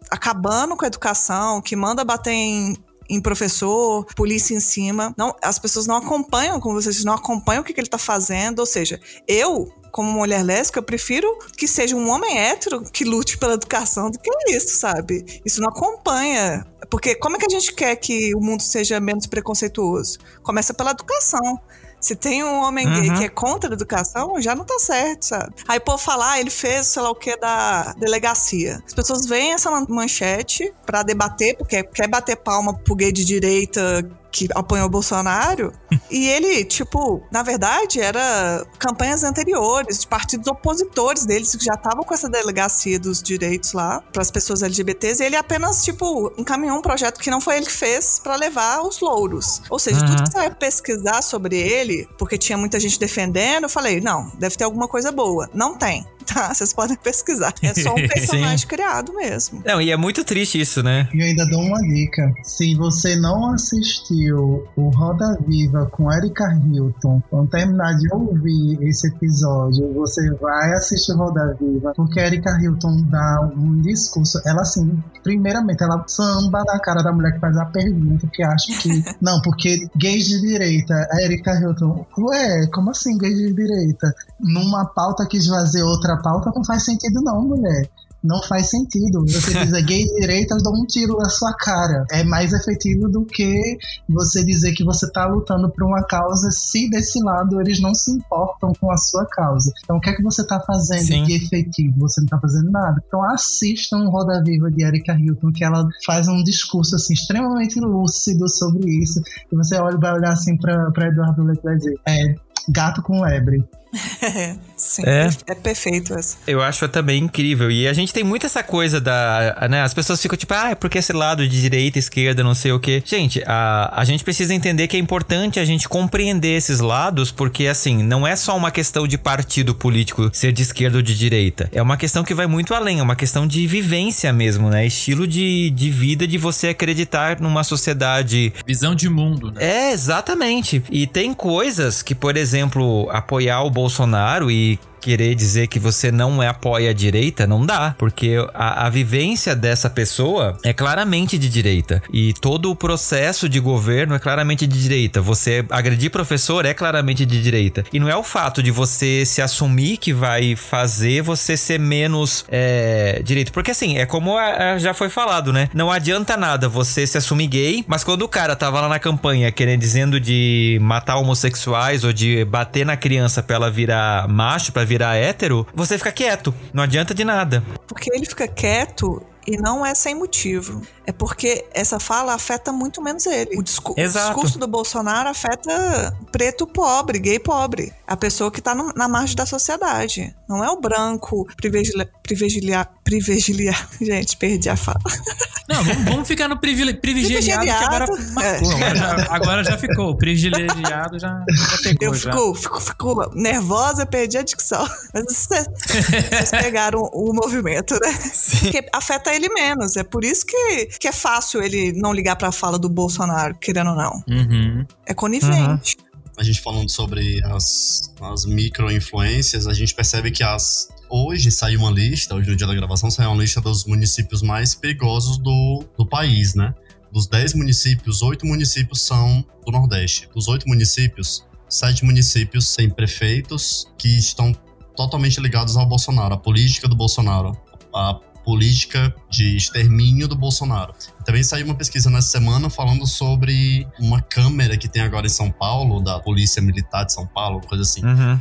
acabando com a educação, que manda bater em, em professor, polícia em cima. Não, as pessoas não acompanham, como vocês não acompanham o que, que ele tá fazendo. Ou seja, eu, como mulher lésbica, eu prefiro que seja um homem hétero que lute pela educação do que isso, sabe? Isso não acompanha. Porque como é que a gente quer que o mundo seja menos preconceituoso? Começa pela educação. Se tem um homem gay Uhum. que é contra a educação, já não tá certo, sabe? Aí o povo fala, ah, ele fez sei lá o que da delegacia. As pessoas veem essa manchete pra debater, porque quer bater palma pro gay de direita que apoiou o Bolsonaro. E ele, tipo, na verdade, era campanhas anteriores, de partidos opositores deles, que já estavam com essa delegacia dos direitos lá, pras pessoas L G B Ts, e ele apenas, tipo, encaminhou um projeto que não foi ele que fez pra levar os louros. Ou seja, Uhum. tudo que você vai pesquisar sobre ele, porque tinha muita gente defendendo, eu falei, não, deve ter alguma coisa boa. Não tem. Tá, vocês podem pesquisar. É só um personagem criado mesmo. Não, e é muito triste isso, né? E eu ainda dou uma dica. Se você não assistiu o Roda Viva com Erika Hilton, quando terminar de ouvir esse episódio, você vai assistir o Roda Viva, porque a Erika Hilton dá um discurso. Ela, assim, primeiramente, ela samba na cara da mulher que faz a pergunta, que acha que... não, porque gays de direita, a Erika Hilton, ué, como assim gays de direita? Numa pauta que esvazia outra pauta, não faz sentido não, mulher. Não faz sentido. Você dizer gay de direita, eu dou um tiro na sua cara. É mais efetivo do que você dizer que você tá lutando por uma causa se desse lado eles não se importam com a sua causa. Então o que é que você tá fazendo Sim. de efetivo? Você não tá fazendo nada. Então assistam o Roda Viva de Erika Hilton, que ela faz um discurso assim extremamente lúcido sobre isso. E você olha, vai olhar assim pra, pra Eduardo Leite e vai dizer, é gato com lebre. É, sim, É. é perfeito essa. Eu acho também incrível. E a gente tem muito essa coisa da... né, as pessoas ficam tipo, ah, é porque esse lado de direita, esquerda, não sei o quê. Gente, a, a gente precisa entender que é importante a gente compreender esses lados, porque, assim, não é só uma questão de partido político ser de esquerda ou de direita. É uma questão que vai muito além. É uma questão de vivência mesmo, né? Estilo de, de vida, de você acreditar numa sociedade... Visão de mundo, né? É, exatamente. E tem coisas que, por exemplo, apoiar o Bolsonaro e querer dizer que você não apoia a direita, não dá. Porque a, a vivência dessa pessoa é claramente de direita. E todo o processo de governo é claramente de direita. Você agredir professor é claramente de direita. E não é o fato de você se assumir que vai fazer você ser menos é, direito. Porque assim, é como a, a já foi falado, né? Não adianta nada você se assumir gay, mas quando o cara tava lá na campanha querendo, dizendo de matar homossexuais ou de bater na criança pra ela virar macho, pra virar hétero, você fica quieto. Não adianta de nada. Porque ele fica quieto e não é sem motivo. É porque essa fala afeta muito menos ele. O, discu- o discurso do Bolsonaro afeta preto pobre, gay pobre. A pessoa que tá no, na margem da sociedade. Não é o branco privilegiado. Privilegiar, privilegiar. Gente, perdi a fala. Não, vamos, vamos ficar no privile- privilegiado, que agora, é. Pô, agora, já, agora já ficou. O privilegiado já, já pegou. Eu já. fico, fico, fico nervosa, perdi a dicção. Mas vocês, vocês pegaram o, o movimento, né? Sim. Porque afeta ele menos. É por isso que, que é fácil ele não ligar pra fala do Bolsonaro, querendo ou não. Uhum. É conivente. Uhum. A gente falando sobre as, as micro-influências, a gente percebe que as... Hoje saiu uma lista, hoje no dia da gravação, saiu uma lista dos municípios mais perigosos do, do país, né? Dos dez municípios, oito municípios são do Nordeste. Dos oito municípios, sete municípios têm prefeitos que estão totalmente ligados ao Bolsonaro, à política do Bolsonaro, à política de extermínio do Bolsonaro. Também saiu uma pesquisa nessa semana falando sobre uma câmera que tem agora em São Paulo, da Polícia Militar de São Paulo, coisa assim, Uhum.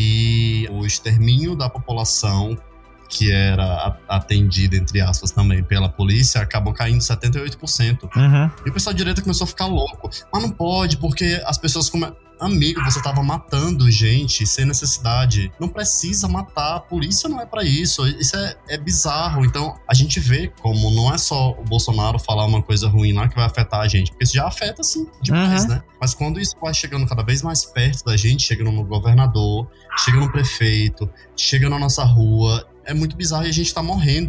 que o extermínio da população que era atendida, entre aspas, também pela polícia, acabou caindo setenta e oito por cento. Uhum. E o pessoal de direita começou a ficar louco. Mas não pode, porque as pessoas... Come... Amigo, você tava matando gente sem necessidade. Não precisa matar, a polícia não é pra isso. Isso é, é bizarro. Então, a gente vê como não é só o Bolsonaro falar uma coisa ruim lá que vai afetar a gente. Porque isso já afeta, assim, demais, Uhum. né? Mas quando isso vai chegando cada vez mais perto da gente, chegando no governador, chega no prefeito, chega na nossa rua, é muito bizarro e a gente tá morrendo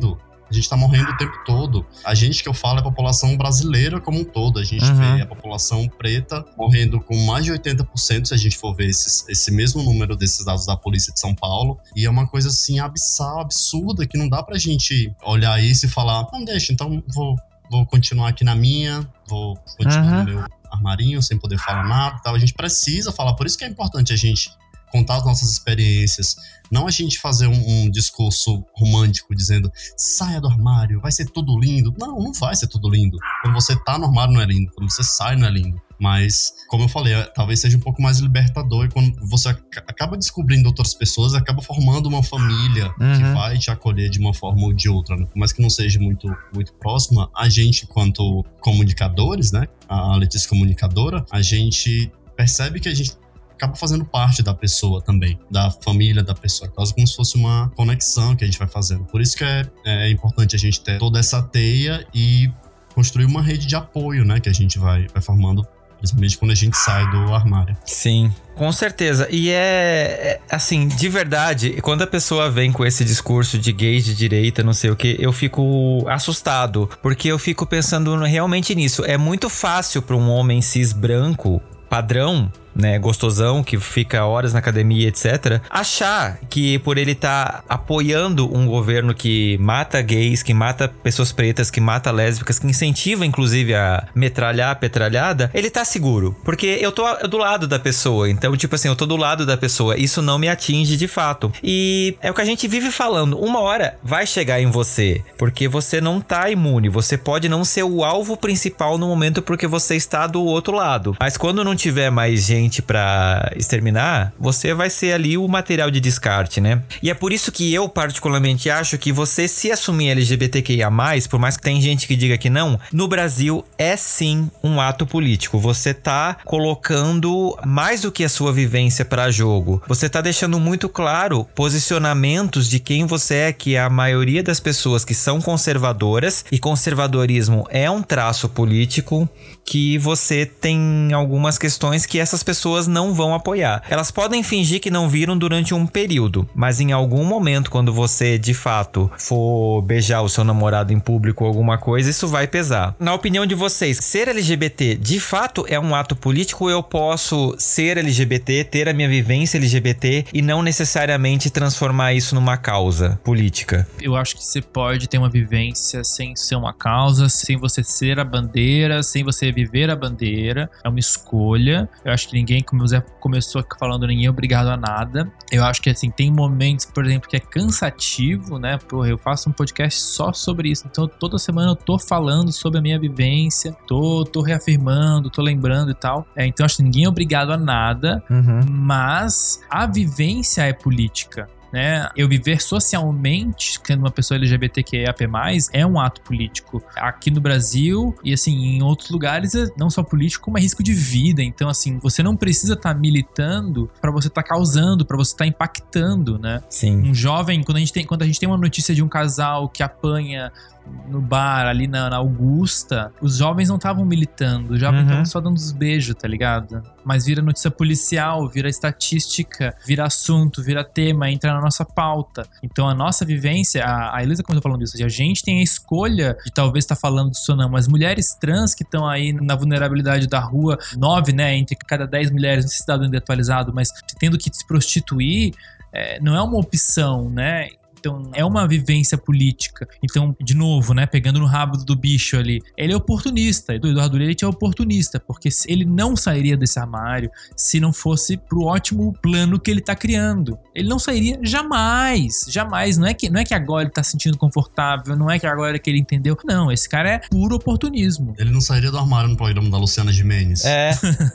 A gente tá morrendo o tempo todo. A gente que eu falo é a população brasileira como um todo. A gente Uhum. vê a população preta morrendo com mais de oitenta por cento, se a gente for ver esses, esse mesmo número desses dados da Polícia de São Paulo. E é uma coisa assim abissal, absurda, que não dá pra gente olhar isso e falar, não deixa, então vou, vou continuar aqui na minha, vou continuar Uhum. no meu armarinho sem poder falar nada e tal. A gente precisa falar, por isso que é importante a gente contar as nossas experiências, não a gente fazer um, um discurso romântico dizendo, saia do armário, vai ser tudo lindo. Não, não vai ser tudo lindo. Quando você tá no armário não é lindo, quando você sai não é lindo. Mas, como eu falei, talvez seja um pouco mais libertador, e quando você acaba descobrindo outras pessoas, acaba formando uma família Uhum. que vai te acolher de uma forma ou de outra, né? Por mais que não seja muito, muito próxima, a gente, enquanto comunicadores, né? A Letícia comunicadora, a gente percebe que a gente acaba fazendo parte da pessoa também, da família da pessoa, quase como se fosse uma conexão que a gente vai fazendo. Por isso que é, é importante a gente ter toda essa teia e construir uma rede de apoio, né, que a gente vai, vai formando, principalmente quando a gente sai do armário. Sim, com certeza. E é, é, assim, de verdade, quando a pessoa vem com esse discurso de gays de direita, não sei o que, eu fico assustado, porque eu fico pensando realmente nisso. É muito fácil para um homem cis branco, padrão, né, gostosão, que fica horas na academia, etcétera, achar que por ele estar tá apoiando um governo que mata gays, que mata pessoas pretas, que mata lésbicas, que incentiva inclusive a metralhar a petralhada, ele tá seguro, porque eu tô do lado da pessoa, então tipo assim, eu tô do lado da pessoa, isso não me atinge de fato. E é o que a gente vive falando, uma hora vai chegar em você, porque você não tá imune, você pode não ser o alvo principal no momento porque você está do outro lado, mas quando não tiver mais gente pra exterminar, você vai ser ali o material de descarte, né? E é por isso que eu particularmente acho que você se assumir L G B T Q I A mais, por mais que tem gente que diga que não, no Brasil é sim um ato político. Você tá colocando mais do que a sua vivência pra jogo. Você tá deixando muito claro posicionamentos de quem você é, que a maioria das pessoas que são conservadoras, e conservadorismo é um traço político, que você tem algumas questões que essas pessoas não vão apoiar. Elas podem fingir que não viram durante um período, mas em algum momento, quando você de fato for beijar o seu namorado em público ou alguma coisa, isso vai pesar. Na opinião de vocês, ser L G B T de fato é um ato político, ou eu posso ser L G B T, ter a minha vivência L G B T e não necessariamente transformar isso numa causa política? Eu acho que você pode ter uma vivência sem ser uma causa, sem você ser a bandeira, sem você viver a bandeira. É uma escolha. Eu acho que ninguém, como o Zé começou falando, ninguém é obrigado a nada. Eu acho que, assim, tem momentos, por exemplo, que é cansativo, né? Porra, eu faço um podcast só sobre isso. Então, toda semana eu tô falando sobre a minha vivência, tô, tô reafirmando, tô lembrando e tal. É, então, acho que ninguém é obrigado a nada, Uhum. mas a vivência é política. Né? Eu viver socialmente sendo uma pessoa L G B T Q I A P mais, é um ato político. Aqui no Brasil e assim, em outros lugares, não só político, como é risco de vida. Então assim, você não precisa estar tá militando para você estar tá causando, para você estar tá impactando, né? Sim. Um jovem, quando a gente tem, quando a gente tem uma notícia de um casal que apanha no bar ali na, na Augusta, os jovens não estavam militando, os jovens estavam Uhum. só dando os beijos, tá ligado? Mas vira notícia policial, vira estatística, vira assunto, vira tema, entra na nossa pauta. Então a nossa vivência, a, a Elisa começou falando isso, a gente tem a escolha de talvez estar tá falando disso ou não, mas mulheres trans que estão aí na vulnerabilidade da rua, nove, né, entre cada dez mulheres, não sei se dado ainda atualizado, mas tendo que se prostituir, é, não é uma opção, né? Então, é uma vivência política. Então, de novo, né, pegando no rabo do bicho ali, ele é oportunista. O Eduardo Leite é oportunista, porque ele não sairia desse armário se não fosse pro ótimo plano que ele tá criando. Ele não sairia jamais, jamais. Não é que, não é que agora ele tá se sentindo confortável, não é que agora que ele entendeu. Não, esse cara é puro oportunismo. Ele não sairia do armário no programa da Luciana Gimenez. É.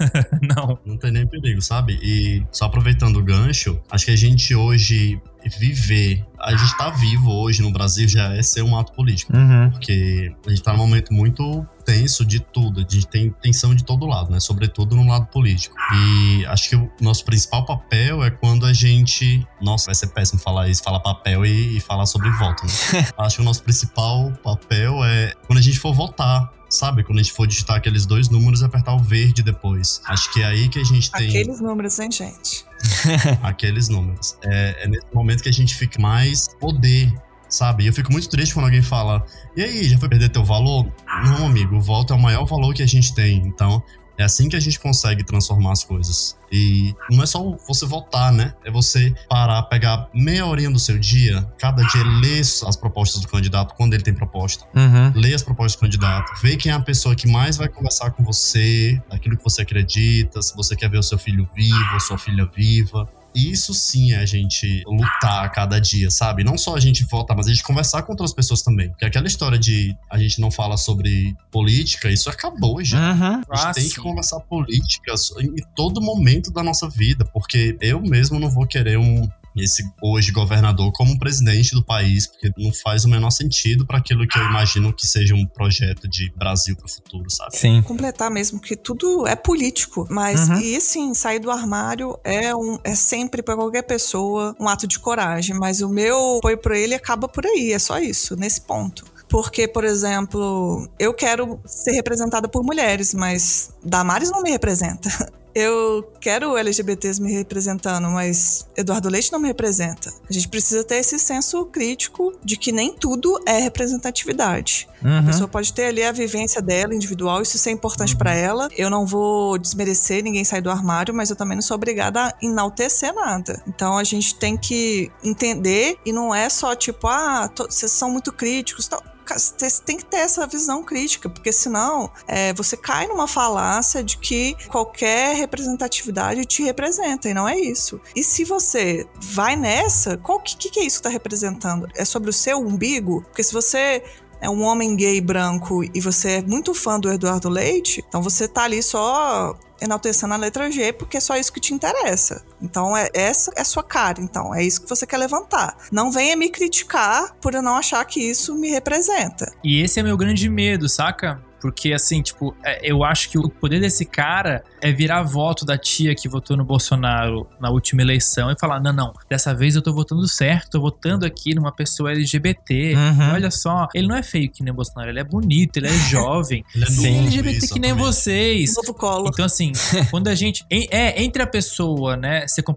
Não. Não tem nem perigo, sabe? E só aproveitando o gancho, acho que a gente hoje viver, a gente tá vivo hoje no Brasil já é ser um ato político. Uhum. Porque a gente tá num momento muito tenso de tudo, a gente tem tensão de todo lado, né? Sobretudo no lado político. E acho que o nosso principal papel é quando a gente... Nossa, vai ser péssimo falar isso, falar papel e, e falar sobre voto, né? Acho que o nosso principal papel é quando a gente for votar, sabe? Quando a gente for digitar aqueles dois números e apertar o verde depois. Acho que é aí que a gente tem... Aqueles números, hein, gente? Aqueles números. É, é nesse momento que a gente fica mais poder sabe? E eu fico muito triste quando alguém fala, e aí, já foi perder teu valor? Não, amigo, o voto é o maior valor que a gente tem. Então, é assim que a gente consegue transformar as coisas. E não é só você votar, né? É você parar, pegar meia horinha do seu dia, cada dia ler as propostas do candidato, quando ele tem proposta. Uhum. Ler as propostas do candidato. Ver quem é a pessoa que mais vai conversar com você, daquilo que você acredita, se você quer ver o seu filho vivo, a sua filha viva. Isso sim é a gente lutar a cada dia, sabe? Não só a gente votar, mas a gente conversar com outras pessoas também. Porque aquela história de a gente não fala sobre política, isso acabou já. Uhum. A gente Ah, tem sim. que conversar política em todo momento da nossa vida, porque eu mesmo não vou querer um esse hoje governador como presidente do país, porque não faz o menor sentido para aquilo que eu imagino que seja um projeto de Brasil para o futuro, sabe? Sim. Completar mesmo que tudo é político, mas Uhum. e sim, sair do armário é, um, é sempre para qualquer pessoa um ato de coragem, mas o meu apoio por ele acaba por aí, é só isso, nesse ponto. Porque, por exemplo, eu quero ser representada por mulheres, mas Damares não me representa. Eu quero L G B Ts me representando, mas Eduardo Leite não me representa. A gente precisa ter esse senso crítico de que nem tudo é representatividade. Uhum. A pessoa pode ter ali a vivência dela, individual, isso é importante Uhum. pra ela. Eu não vou desmerecer ninguém sair do armário, mas eu também não sou obrigada a enaltecer nada. Então a gente tem que entender, e não é só tipo, ah, to- vocês são muito críticos, tal. Você tem que ter essa visão crítica, porque senão é, você cai numa falácia de que qualquer representatividade te representa, e não é isso. E se você vai nessa, o que, que é isso que está representando? É sobre o seu umbigo? Porque se você é um homem gay branco e você é muito fã do Eduardo Leite, então você tá ali só enaltecendo a letra G, porque é só isso que te interessa. Então, é, essa é a sua cara. Então, é isso que você quer levantar. Não venha me criticar por eu não achar que isso me representa. E esse é meu grande medo, saca? Porque, assim, tipo, é, eu acho que o poder desse cara é virar voto da tia que votou no Bolsonaro na última eleição e falar, não, não, dessa vez eu tô votando certo, tô votando aqui numa pessoa L G B T. Uhum. Olha só, ele não é feio que nem o Bolsonaro, ele é bonito, ele é jovem. Ele é Ele é novo, L G B T que nem exatamente. vocês. Novo colo. Então, assim, quando a gente... en- É, entre a pessoa, né, ser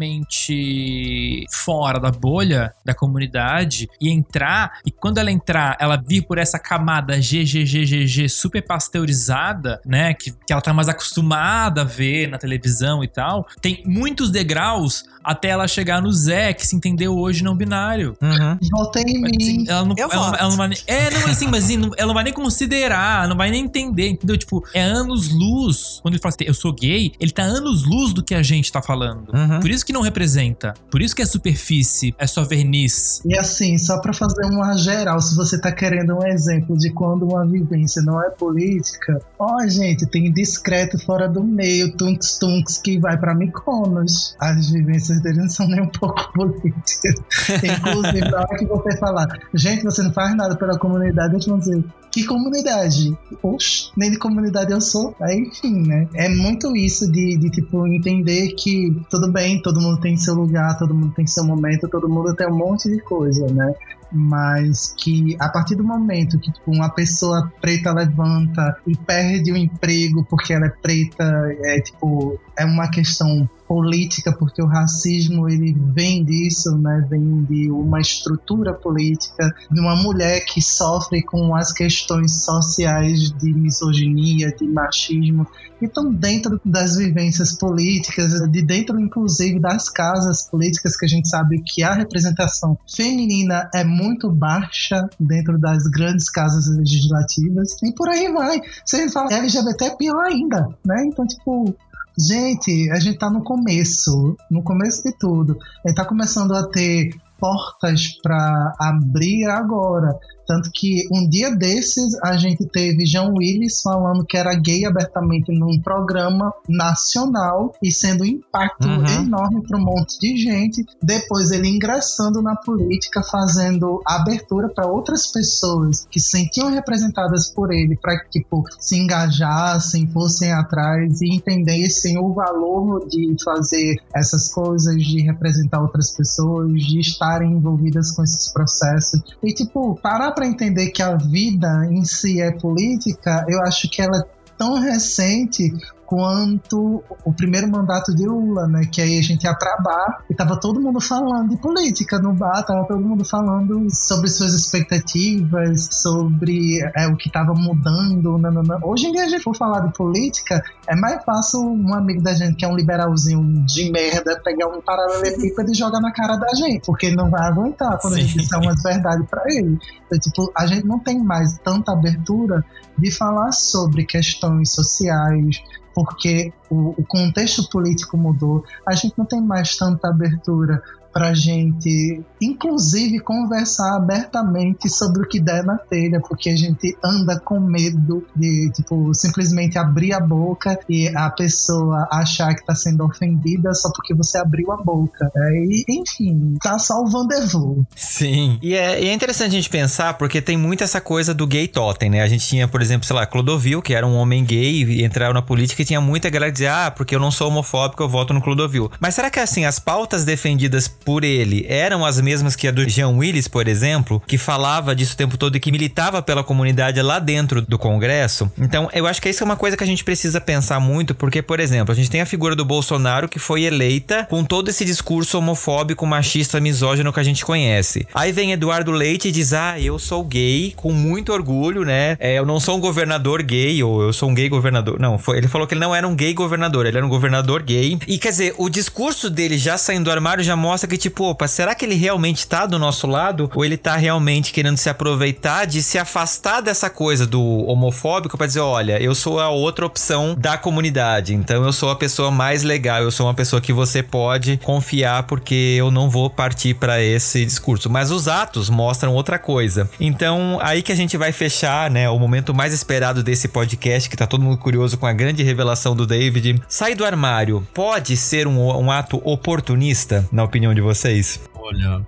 completamente fora da bolha da comunidade e entrar, e quando ela entrar, ela vir por essa camada G G G G G super pasteurizada, né, que, que ela tá mais acostumada a ver na televisão e tal, tem muitos degraus até ela chegar no Zé, que se entendeu hoje não binário. Uhum. Votem em Mas, mim. assim, ela não, Eu ela, voto. ela não vai nem, é, não, assim, mas assim, não- ela não vai nem considerar, não vai nem entender, entendeu? Tipo, é anos-luz. Quando ele fala assim, eu sou gay, ele tá anos-luz do que a gente tá falando. Uhum. Por isso que não representa. Por isso que é superfície, é só verniz. E assim, só pra fazer uma geral, se você tá querendo um exemplo de quando uma vivência não é política, ó, gente, tem discreto fora do meio, Tunks Tunks, que vai pra Mykonos. As vivências dele não são nem um pouco políticas. Inclusive, na hora que você falar, gente, você não faz nada pela comunidade, eles vão dizer, que comunidade? Oxe, nem de comunidade eu sou. Aí, enfim, né? É muito isso de, de, tipo, entender que tudo bem, todo mundo tem seu lugar, todo mundo tem seu momento, todo mundo tem um monte de coisa, né? Mas que a partir do momento que tipo, uma pessoa preta levanta e perde o emprego porque ela é preta, é tipo, é uma questão política, porque o racismo ele vem disso, né? Vem de uma estrutura política, de uma mulher que sofre com as questões sociais de misoginia, de machismo, que estão dentro das vivências políticas, de dentro inclusive das casas políticas, que a gente sabe que a representação feminina é muito baixa dentro das grandes casas legislativas, e por aí vai. Se a gente fala L G B T, é pior ainda, né? Então, tipo, gente, a gente tá no começo, no começo de tudo. A gente tá começando a ter portas para abrir agora. Tanto que um dia desses a gente teve João Willis falando que era gay abertamente num programa nacional e sendo um impacto Uhum. enorme para um monte de gente. Depois ele ingressando na política, fazendo abertura para outras pessoas que se sentiam representadas por ele, para que tipo, se engajassem, fossem atrás e entendessem o valor de fazer essas coisas, de representar outras pessoas, de estarem envolvidas com esses processos. E tipo, parar para entender que a vida em si é política, eu acho que ela é tão recente quanto o primeiro mandato de Lula, né? Que aí a gente ia pra bar e tava todo mundo falando de política no bar, tava todo mundo falando sobre suas expectativas, sobre é, o que tava mudando. Nanana. Hoje em dia, a gente for falar de política, é mais fácil um amigo da gente que é um liberalzinho de merda pegar um paralelepípedo e jogar na cara da gente, porque ele não vai aguentar quando Sim. a gente disser umas verdades pra ele. Então, tipo, a gente não tem mais tanta abertura de falar sobre questões sociais, porque o, o contexto político mudou. A gente não tem mais tanta abertura pra gente, inclusive, conversar abertamente sobre o que der na telha, porque a gente anda com medo de, tipo, simplesmente abrir a boca e a pessoa achar que tá sendo ofendida só porque você abriu a boca. Aí, enfim, tá só o rendezvous. Sim. E é, e é interessante a gente pensar, porque tem muito essa coisa do gay totem, né? A gente tinha, por exemplo, sei lá, Clodovil, que era um homem gay e entrava na política e tinha muita galera que dizia, ah, porque eu não sou homofóbico, eu voto no Clodovil. Mas será que, assim, as pautas defendidas por ele eram as mesmas que a do Jean Willis, por exemplo, que falava disso o tempo todo e que militava pela comunidade lá dentro do Congresso? Então, eu acho que isso é uma coisa que a gente precisa pensar muito, porque, por exemplo, a gente tem a figura do Bolsonaro que foi eleita com todo esse discurso homofóbico, machista, misógino que a gente conhece. Aí vem Eduardo Leite e diz, ah, eu sou gay, com muito orgulho, né? É, eu não sou um governador gay, ou eu sou um gay governador. Não, foi, ele falou que ele não era um gay governador, ele era um governador gay. E, quer dizer, o discurso dele já saindo do armário já mostra que, tipo, opa, será que ele realmente tá do nosso lado? Ou ele tá realmente querendo se aproveitar de se afastar dessa coisa do homofóbico pra dizer, olha, eu sou a outra opção da comunidade, então eu sou a pessoa mais legal, eu sou uma pessoa que você pode confiar porque eu não vou partir pra esse discurso. Mas os atos mostram outra coisa. Então, aí que a gente vai fechar, né, o momento mais esperado desse podcast, que tá todo mundo curioso com a grande revelação do David. Sair do armário pode ser um, um ato oportunista, na opinião de vocês? Olha,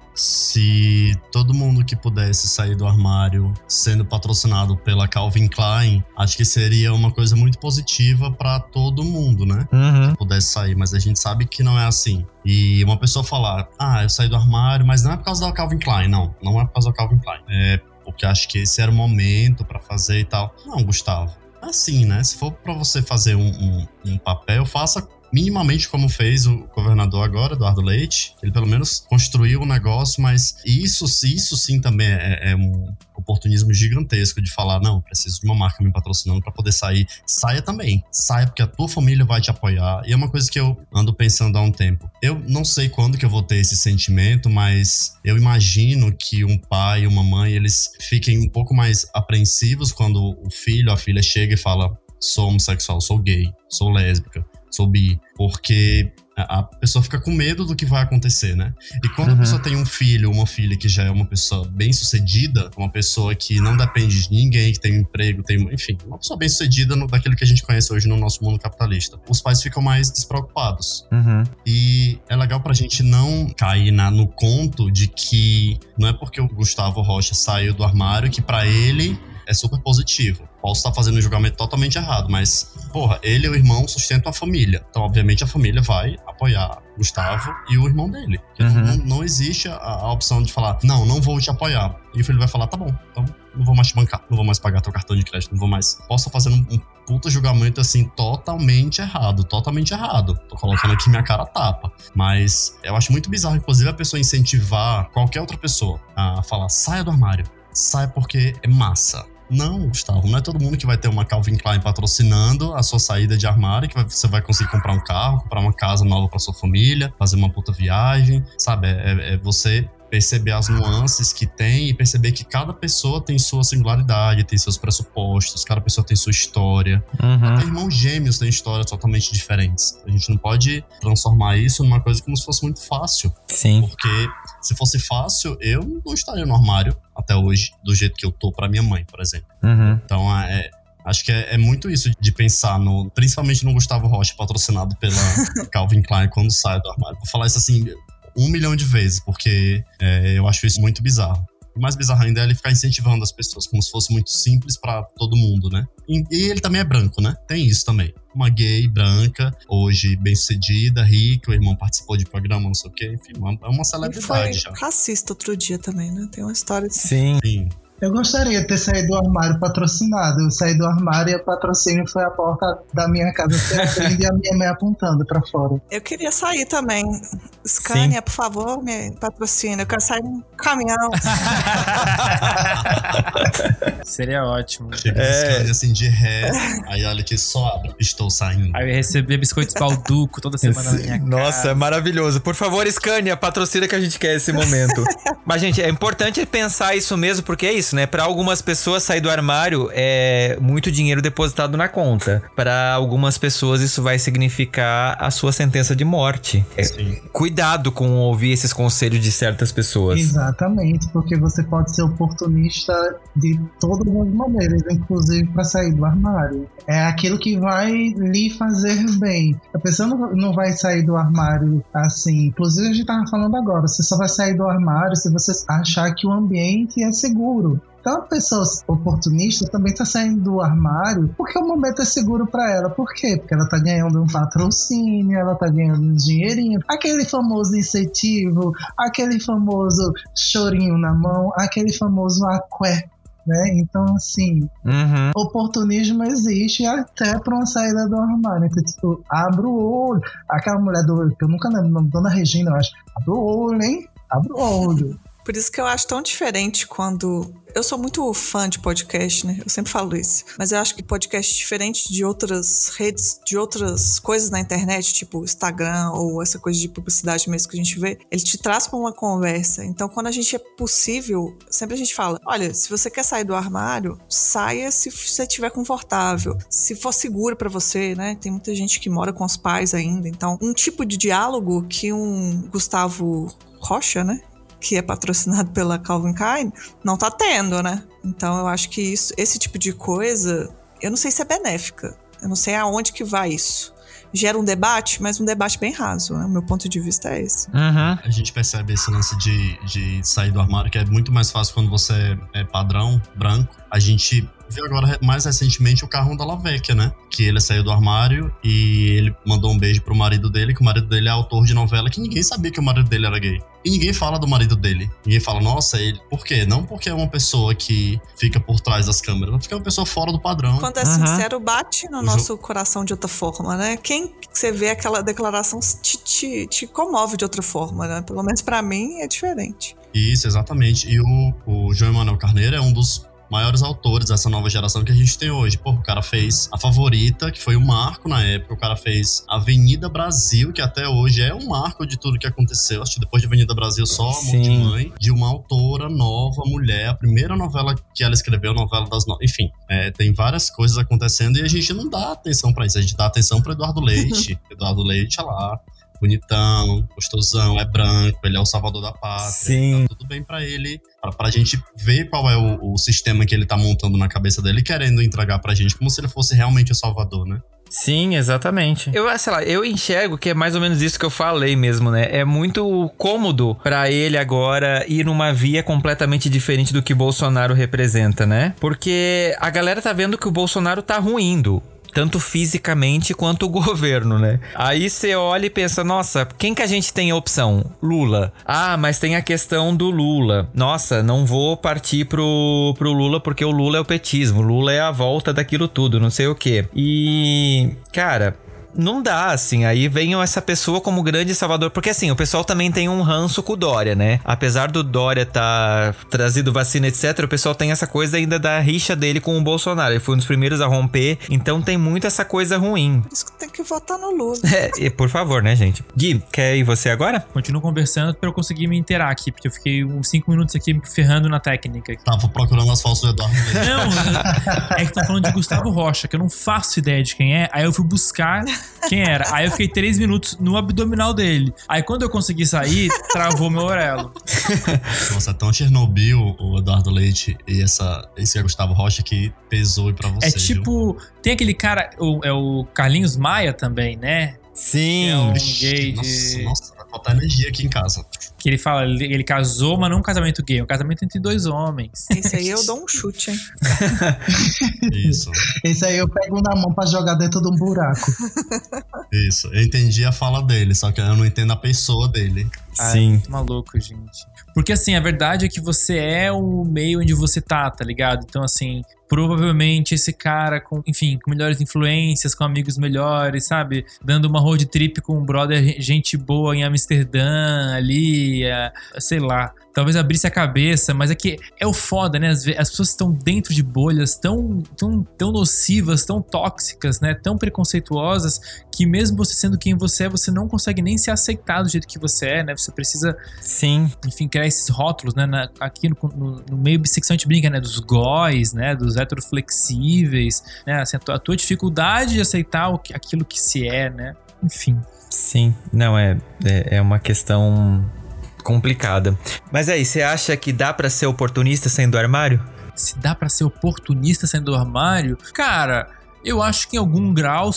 se todo mundo que pudesse sair do armário sendo patrocinado pela Calvin Klein, acho que seria uma coisa muito positiva pra todo mundo, né? Uhum. Que pudesse sair, mas a gente sabe que não é assim. E uma pessoa falar, ah, eu saí do armário, mas não é por causa da Calvin Klein. Não, não é por causa da Calvin Klein. É porque acho que esse era o momento pra fazer e tal. Não, Gustavo. Assim, né? Se for pra você fazer um, um, um papel, faça minimamente como fez o governador agora, Eduardo Leite. Ele pelo menos construiu um negócio, mas isso, isso sim também é, é um oportunismo gigantesco de falar, não, preciso de uma marca me patrocinando pra poder sair. Saia também. Saia porque a tua família vai te apoiar. E é uma coisa que eu ando pensando há um tempo. Eu não sei quando que eu vou ter esse sentimento, mas eu imagino que um pai e uma mãe, eles fiquem um pouco mais apreensivos quando o filho, a filha chega e fala, sou homossexual, sou gay, sou lésbica, sou bi, porque a pessoa fica com medo do que vai acontecer, né? E quando uhum. a pessoa tem um filho, uma filha que já é uma pessoa bem-sucedida, uma pessoa que não depende de ninguém, que tem um emprego, tem, enfim, uma pessoa bem-sucedida no, daquilo que a gente conhece hoje no nosso mundo capitalista, os pais ficam mais despreocupados. Uhum. E é legal pra gente não cair na, no conto de que não é porque o Gustavo Rocha saiu do armário que pra ele é super positivo. Posso estar fazendo um julgamento totalmente errado, mas, porra, ele e o irmão sustentam a família. Então, obviamente, a família vai apoiar Gustavo e o irmão dele. Uhum. Não, não existe a, a opção de falar, não, não vou te apoiar. E o filho vai falar, tá bom, então não vou mais te bancar, não vou mais pagar teu cartão de crédito, não vou mais... Posso estar fazendo um, um puta julgamento, assim, totalmente errado, totalmente errado. Tô colocando aqui minha cara a tapa. Mas eu acho muito bizarro, inclusive, a pessoa incentivar qualquer outra pessoa a falar, saia do armário, saia porque é massa. Não, Gustavo, não é todo mundo que vai ter uma Calvin Klein patrocinando a sua saída de armário, que você vai conseguir comprar um carro, comprar uma casa nova pra sua família, fazer uma puta viagem, sabe? É, é você perceber as nuances que tem e perceber que cada pessoa tem sua singularidade, tem seus pressupostos, cada pessoa tem sua história. Uhum. Até irmãos gêmeos têm histórias totalmente diferentes. A gente não pode transformar isso numa coisa como se fosse muito fácil. Sim. Porque se fosse fácil, eu não estaria no armário até hoje, do jeito que eu tô pra minha mãe, por exemplo. Uhum. Então, é... Acho que é, é muito isso de pensar, no, principalmente no Gustavo Rocha, patrocinado pela Calvin Klein, quando sai do armário. Vou falar isso assim um milhão de vezes, porque é, eu acho isso muito bizarro. E mais bizarro ainda é ele ficar incentivando as pessoas, como se fosse muito simples pra todo mundo, né? E, e ele também é branco, né? Tem isso também. Uma gay branca, hoje bem-sucedida, rica, o irmão participou de programa, não sei o quê, enfim, é uma celebridade e foi já. Racista outro dia também, né? Tem uma história assim. Sim. Sim. Eu gostaria de ter saído do armário patrocinado. Eu saí do armário e o patrocínio foi a porta da minha casa se abrindo e a minha mãe apontando pra fora. Eu queria sair também. Scania, por favor, me patrocina. Eu quero sair num caminhão. Seria ótimo. Chega é. Scania assim de ré, aí olha que só abre. Estou saindo. Aí eu ia receber biscoitos Balduco toda semana na minha casa. Nossa, é maravilhoso. Por favor, Scania, patrocina que a gente quer esse momento. Mas, gente, é importante pensar isso mesmo, porque é isso, né? Para algumas pessoas, sair do armário é muito dinheiro depositado na conta. Para algumas pessoas, isso vai significar a sua sentença de morte. É, cuidado com ouvir esses conselhos de certas pessoas. Exatamente, porque você pode ser oportunista de todas as maneiras, inclusive para sair do armário. É aquilo que vai lhe fazer bem. A pessoa não, não vai sair do armário assim. Inclusive, a gente tava falando agora, você só vai sair do armário se você achar que o ambiente é seguro. Então, a pessoa oportunista também está saindo do armário porque o momento é seguro para ela. Por quê? Porque ela está ganhando um patrocínio, ela está ganhando um dinheirinho, aquele famoso incentivo, aquele famoso chorinho na mão, aquele famoso aqué. Né? Então, assim, uhum. oportunismo existe até para uma saída do armário. Então, tipo, abre o olho. Aquela mulher do que eu nunca lembro o nome, Dona Regina, eu acho. Abre o olho, hein? Abre o olho. Por isso que eu acho tão diferente quando... Eu sou muito fã de podcast, né? Eu sempre falo isso. Mas eu acho que podcast diferente de outras redes, de outras coisas na internet, tipo Instagram ou essa coisa de publicidade mesmo que a gente vê, ele te traz para uma conversa. Então, quando a gente é possível, sempre a gente fala, olha, se você quer sair do armário, saia se você estiver confortável, se for seguro para você, né? Tem muita gente que mora com os pais ainda. Então, um tipo de diálogo que um Gustavo Rocha, né? Que é patrocinado pela Calvin Klein, não tá tendo, né? Então eu acho que isso, esse tipo de coisa, eu não sei se é benéfica. Eu não sei aonde que vai isso. Gera um debate, mas um debate bem raso, né? O meu ponto de vista é esse. Uhum. A gente percebe esse lance de, de sair do armário, que é muito mais fácil quando você é padrão, branco. A gente viu agora, mais recentemente, o Carrão da Lavecchia, né? Que ele saiu do armário e ele mandou um beijo pro marido dele, que o marido dele é autor de novela, que ninguém sabia que o marido dele era gay. E ninguém fala do marido dele. Ninguém fala, nossa, ele... Por quê? Não porque é uma pessoa que fica por trás das câmeras, mas porque é uma pessoa fora do padrão. Quando é uhum. sincero, bate no o nosso jo... coração de outra forma, né? Quem você vê aquela declaração te, te, te comove de outra forma, né? Pelo menos pra mim é diferente. Isso, exatamente. E o, o João Emanuel Carneiro é um dos maiores autores dessa nova geração que a gente tem hoje. Pô, o cara fez A Favorita, que foi um marco na época. O cara fez Avenida Brasil, que até hoje é um marco de tudo que aconteceu. Acho que depois de Avenida Brasil, só Amor de Mãe, de uma autora nova, mulher. A primeira novela que ela escreveu, a novela das nove. Enfim, é, tem várias coisas acontecendo e a gente não dá atenção pra isso. A gente dá atenção pro Eduardo Leite. Eduardo Leite, olha lá. Bonitão, gostosão, é branco, ele é o salvador da pátria. Sim. Tá tudo bem pra ele, pra, pra gente ver qual é o, o sistema que ele tá montando na cabeça dele, querendo entregar pra gente, como se ele fosse realmente o salvador, né? Sim, exatamente. Eu, sei lá, eu enxergo que é mais ou menos isso que eu falei mesmo, né? É muito cômodo pra ele agora ir numa via completamente diferente do que Bolsonaro representa, né? Porque a galera tá vendo que o Bolsonaro tá ruindo. Tanto fisicamente quanto o governo, né? Aí você olha e pensa, nossa, quem que a gente tem a opção? Lula. Ah, mas tem a questão do Lula. Nossa, não vou partir pro, pro Lula porque o Lula é o petismo. O Lula é a volta daquilo tudo, não sei o quê. E, cara... Não dá, assim, aí vem essa pessoa como grande salvador, porque assim, o pessoal também tem um ranço com o Dória, né? Apesar do Dória tá trazido vacina, etcétera, o pessoal tem essa coisa ainda da rixa dele com o Bolsonaro, ele foi um dos primeiros a romper, então tem muito essa coisa ruim. Por isso que tem que votar no Lula. É, e por favor, né, gente? Gui, quer ir você agora? Continuo conversando pra eu conseguir me inteirar aqui, porque eu fiquei uns cinco minutos aqui me ferrando na técnica. Tava procurando as falsas do Eduardo. Não, é que tá falando de Gustavo Rocha, que eu não faço ideia de quem é, aí eu fui buscar quem era. Aí eu fiquei três minutos no abdominal dele. Aí quando eu consegui sair, travou meu orelho. Nossa, é tão Chernobyl o Eduardo Leite e essa, esse é Gustavo Rocha que pesou pra você. É tipo, viu? Tem aquele cara, o, é o Carlinhos Maia também, né? Sim. É um gay de... Nossa, nossa, vai faltar energia aqui em casa. Que ele fala, ele, ele casou, mas não um casamento gay, um casamento entre dois homens. Esse aí eu dou um chute, hein? Isso. Esse aí eu pego na mão pra jogar dentro de um buraco. Isso. Eu entendi a fala dele, só que eu não entendo a pessoa dele. Sim. Muito maluco, gente. Porque, assim, a verdade é que você é o meio onde você tá, tá ligado? Então, assim, provavelmente esse cara com, enfim, com melhores influências, com amigos melhores, sabe? Dando uma road trip com um brother, gente boa em Amsterdã, ali, é, sei lá. Talvez abrisse a cabeça, mas é que é o foda, né? As, as pessoas estão dentro de bolhas tão, tão, tão nocivas, tão tóxicas, né? Tão preconceituosas, que mesmo você sendo quem você é, você não consegue nem se aceitar do jeito que você é, né? Você precisa, Sim. enfim, criar esses rótulos, né? Na, aqui no, no, no meio bissexual a gente brinca, né? Dos góis, né? Dos heteroflexíveis, né? Assim, a, tua, a tua dificuldade de aceitar o, aquilo que se é, né? Enfim. Sim. Não, é, é, é uma questão complicada. Mas aí, você acha que dá pra ser oportunista saindo do armário? Se dá pra ser oportunista saindo do armário? Cara, eu acho que em algum grau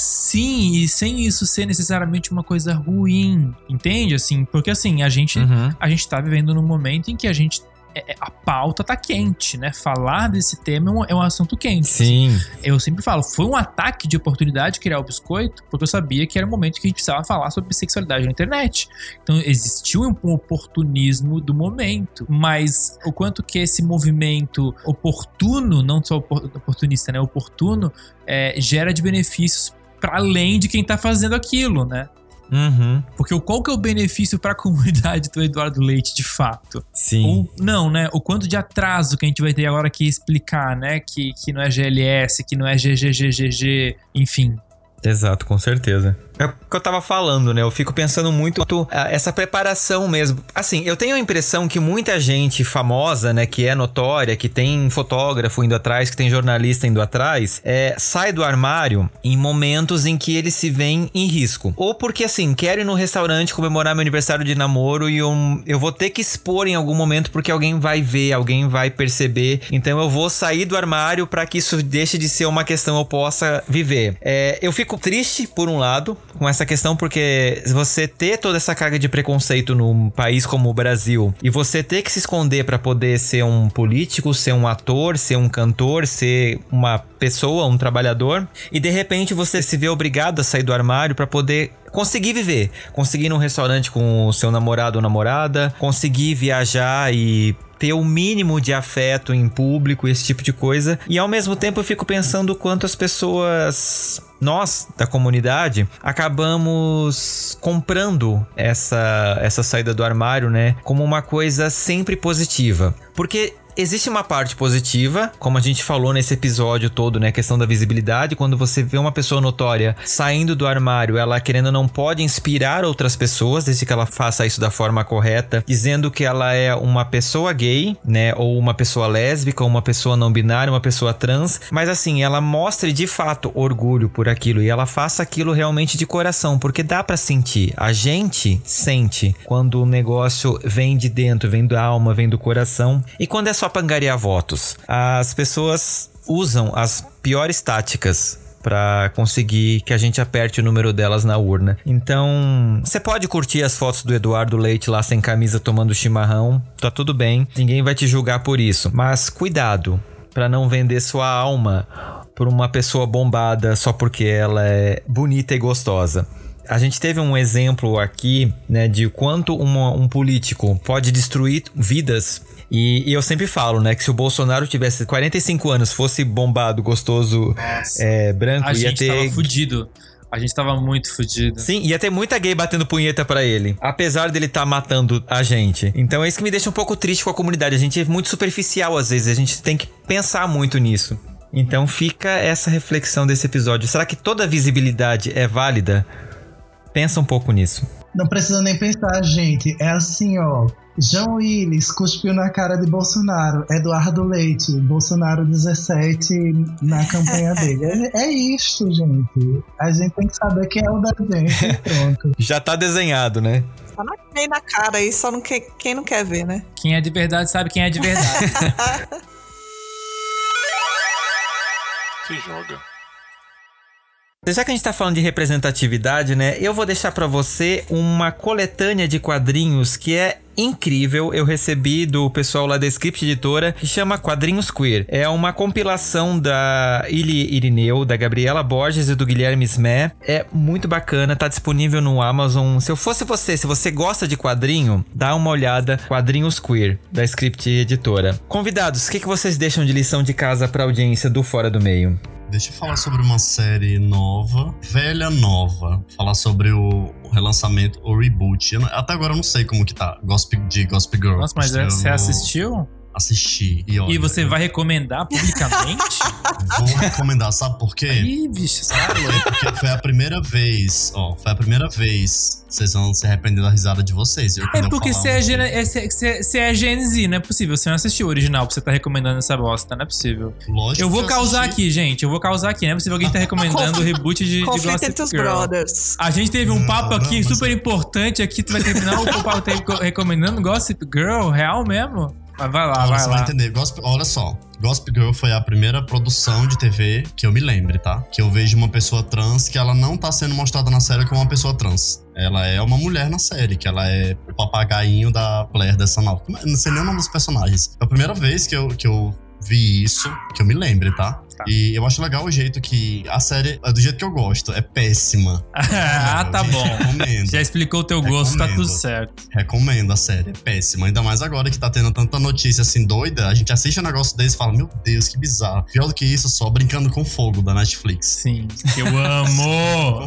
sim, e sem isso ser necessariamente uma coisa ruim, entende? Assim, porque assim, a gente, Uhum. a gente tá vivendo num momento em que a gente é, a pauta tá quente, né? Falar desse tema é um, é um assunto quente. Sim. Assim, eu sempre falo, foi um ataque de oportunidade criar o Biscoito, porque eu sabia que era o momento que a gente precisava falar sobre sexualidade na internet. Então existiu um oportunismo do momento, mas o quanto que esse movimento oportuno, não só oportunista, né? Oportuno, é, gera de benefícios para além de quem tá fazendo aquilo, né? Uhum. Porque qual que é o benefício para a comunidade do Eduardo Leite, de fato? Sim. Ou não, né? O quanto de atraso que a gente vai ter agora que explicar, né? Que, que não é G L S, que não é G G G G G, enfim. Exato, com certeza. É o que eu tava falando, né? Eu fico pensando muito essa preparação mesmo. Assim, eu tenho a impressão que muita gente famosa, né? Que é notória, que tem fotógrafo indo atrás, que tem jornalista indo atrás, é, sai do armário em momentos em que eles se veem em risco. Ou porque, assim, quero ir no restaurante comemorar meu aniversário de namoro e eu, eu vou ter que expor em algum momento porque alguém vai ver, alguém vai perceber. Então eu vou sair do armário pra que isso deixe de ser uma questão eu possa viver. É, eu fico triste, por um lado, com essa questão, porque você ter toda essa carga de preconceito num país como o Brasil e você ter que se esconder pra poder ser um político, ser um ator, ser um cantor, ser uma pessoa, um trabalhador, e de repente você se vê obrigado a sair do armário pra poder conseguir viver, conseguir ir num restaurante com o seu namorado ou namorada, conseguir viajar e ter o mínimo de afeto em público, esse tipo de coisa. E ao mesmo tempo eu fico pensando o quanto as pessoas, nós da comunidade, acabamos comprando essa, essa saída do armário, né, como uma coisa sempre positiva. Porque existe uma parte positiva, como a gente falou nesse episódio todo, né? A questão da visibilidade. Quando você vê uma pessoa notória saindo do armário, ela querendo ou não pode inspirar outras pessoas, desde que ela faça isso da forma correta, dizendo que ela é uma pessoa gay, né? Ou uma pessoa lésbica, ou uma pessoa não binária, uma pessoa trans. Mas assim, ela mostre de fato orgulho por aquilo e ela faça aquilo realmente de coração, porque dá pra sentir. A gente sente quando o negócio vem de dentro, vem da alma, vem do coração. E quando é só pra angariar votos, as pessoas usam as piores táticas pra conseguir que a gente aperte o número delas na urna. Então, você pode curtir as fotos do Eduardo Leite lá sem camisa tomando chimarrão, tá tudo bem, ninguém vai te julgar por isso. Mas cuidado pra não vender sua alma por uma pessoa bombada só porque ela é bonita e gostosa. A gente teve um exemplo aqui, né, de quanto uma, um político pode destruir vidas. E, e eu sempre falo, né, que se o Bolsonaro tivesse quarenta e cinco anos, fosse bombado, gostoso, é, branco, a ia gente ter... tava fudido. A gente tava muito fudido. Sim, ia ter muita gay batendo punheta pra ele, apesar dele tá matando a gente. Então é isso que me deixa um pouco triste com a comunidade. A gente é muito superficial às vezes, a gente tem que pensar muito nisso. Então fica essa reflexão desse episódio. Será que toda visibilidade é válida? Pensa um pouco nisso. Não precisa nem pensar, gente. É assim, ó. João Willis cuspiu na cara de Bolsonaro. Eduardo Leite, Bolsonaro dezessete na campanha dele. É, é isto, gente. A gente tem que saber quem é o da gente e pronto. Já tá desenhado, né? Tá na, bem na cara aí, só não quer, quem não quer ver, né? Quem é de verdade sabe quem é de verdade. Se joga. Já que a gente tá falando de representatividade, né? Eu vou deixar pra você uma coletânea de quadrinhos que é incrível. Eu recebi do pessoal lá da Script Editora, que chama Quadrinhos Queer. É uma compilação da Ili Irineu, da Gabriela Borges e do Guilherme Smé. É muito bacana, tá disponível no Amazon. Se eu fosse você, se você gosta de quadrinho, dá uma olhada. Quadrinhos Queer, da Script Editora. Convidados, o que, que vocês deixam de lição de casa pra audiência do Fora do Meio? Deixa eu falar sobre uma série nova, velha nova. Falar sobre o relançamento, o reboot. Eu, até agora eu não sei como que tá. Gossip, de Gossip Girl. Nossa, mas você no... assistiu? Assisti. E, olha, e você eu... vai recomendar publicamente? Vou recomendar, sabe por quê? Ih, bicho, sabe? Porque foi a primeira vez, ó, foi a primeira vez. Vocês vão se arrepender da risada de vocês. Eu, é porque você é, gene... é, você é Gen Z, não é possível. Você não assistiu o original pra você tá recomendando essa bosta, não é possível. Lógico. Eu vou que causar assisti. aqui, gente. Eu vou causar aqui. Não é possível alguém tá recomendando o reboot de, de Gossip Girl. Brothers. A gente teve um não, papo não, aqui super é... importante aqui. Tu vai terminar o papo recomendando Gossip Girl? Real mesmo? Mas vai lá, Agora vai você lá. vai entender. Gossip, olha só. Gossip Girl foi a primeira produção de T V que eu me lembre, tá? Que eu vejo uma pessoa trans que ela não tá sendo mostrada na série como uma pessoa trans. Ela é uma mulher na série, que ela é o papagainho da Claire dessa nova. Não sei nem o nome dos personagens. É a primeira vez que eu, que eu vi isso, que eu me lembre, tá? Tá. E eu acho legal o jeito que a série, do jeito que eu gosto, é péssima. Ah, tá bom. Recomendo. Já explicou o teu gosto, Recomendo. Tá tudo certo. Recomendo a série, é péssima. Ainda mais agora que tá tendo tanta notícia assim doida, a gente assiste um negócio desse e fala, meu Deus, que bizarro. Pior do que isso, só Brincando com Fogo, da Netflix. Sim, eu amo,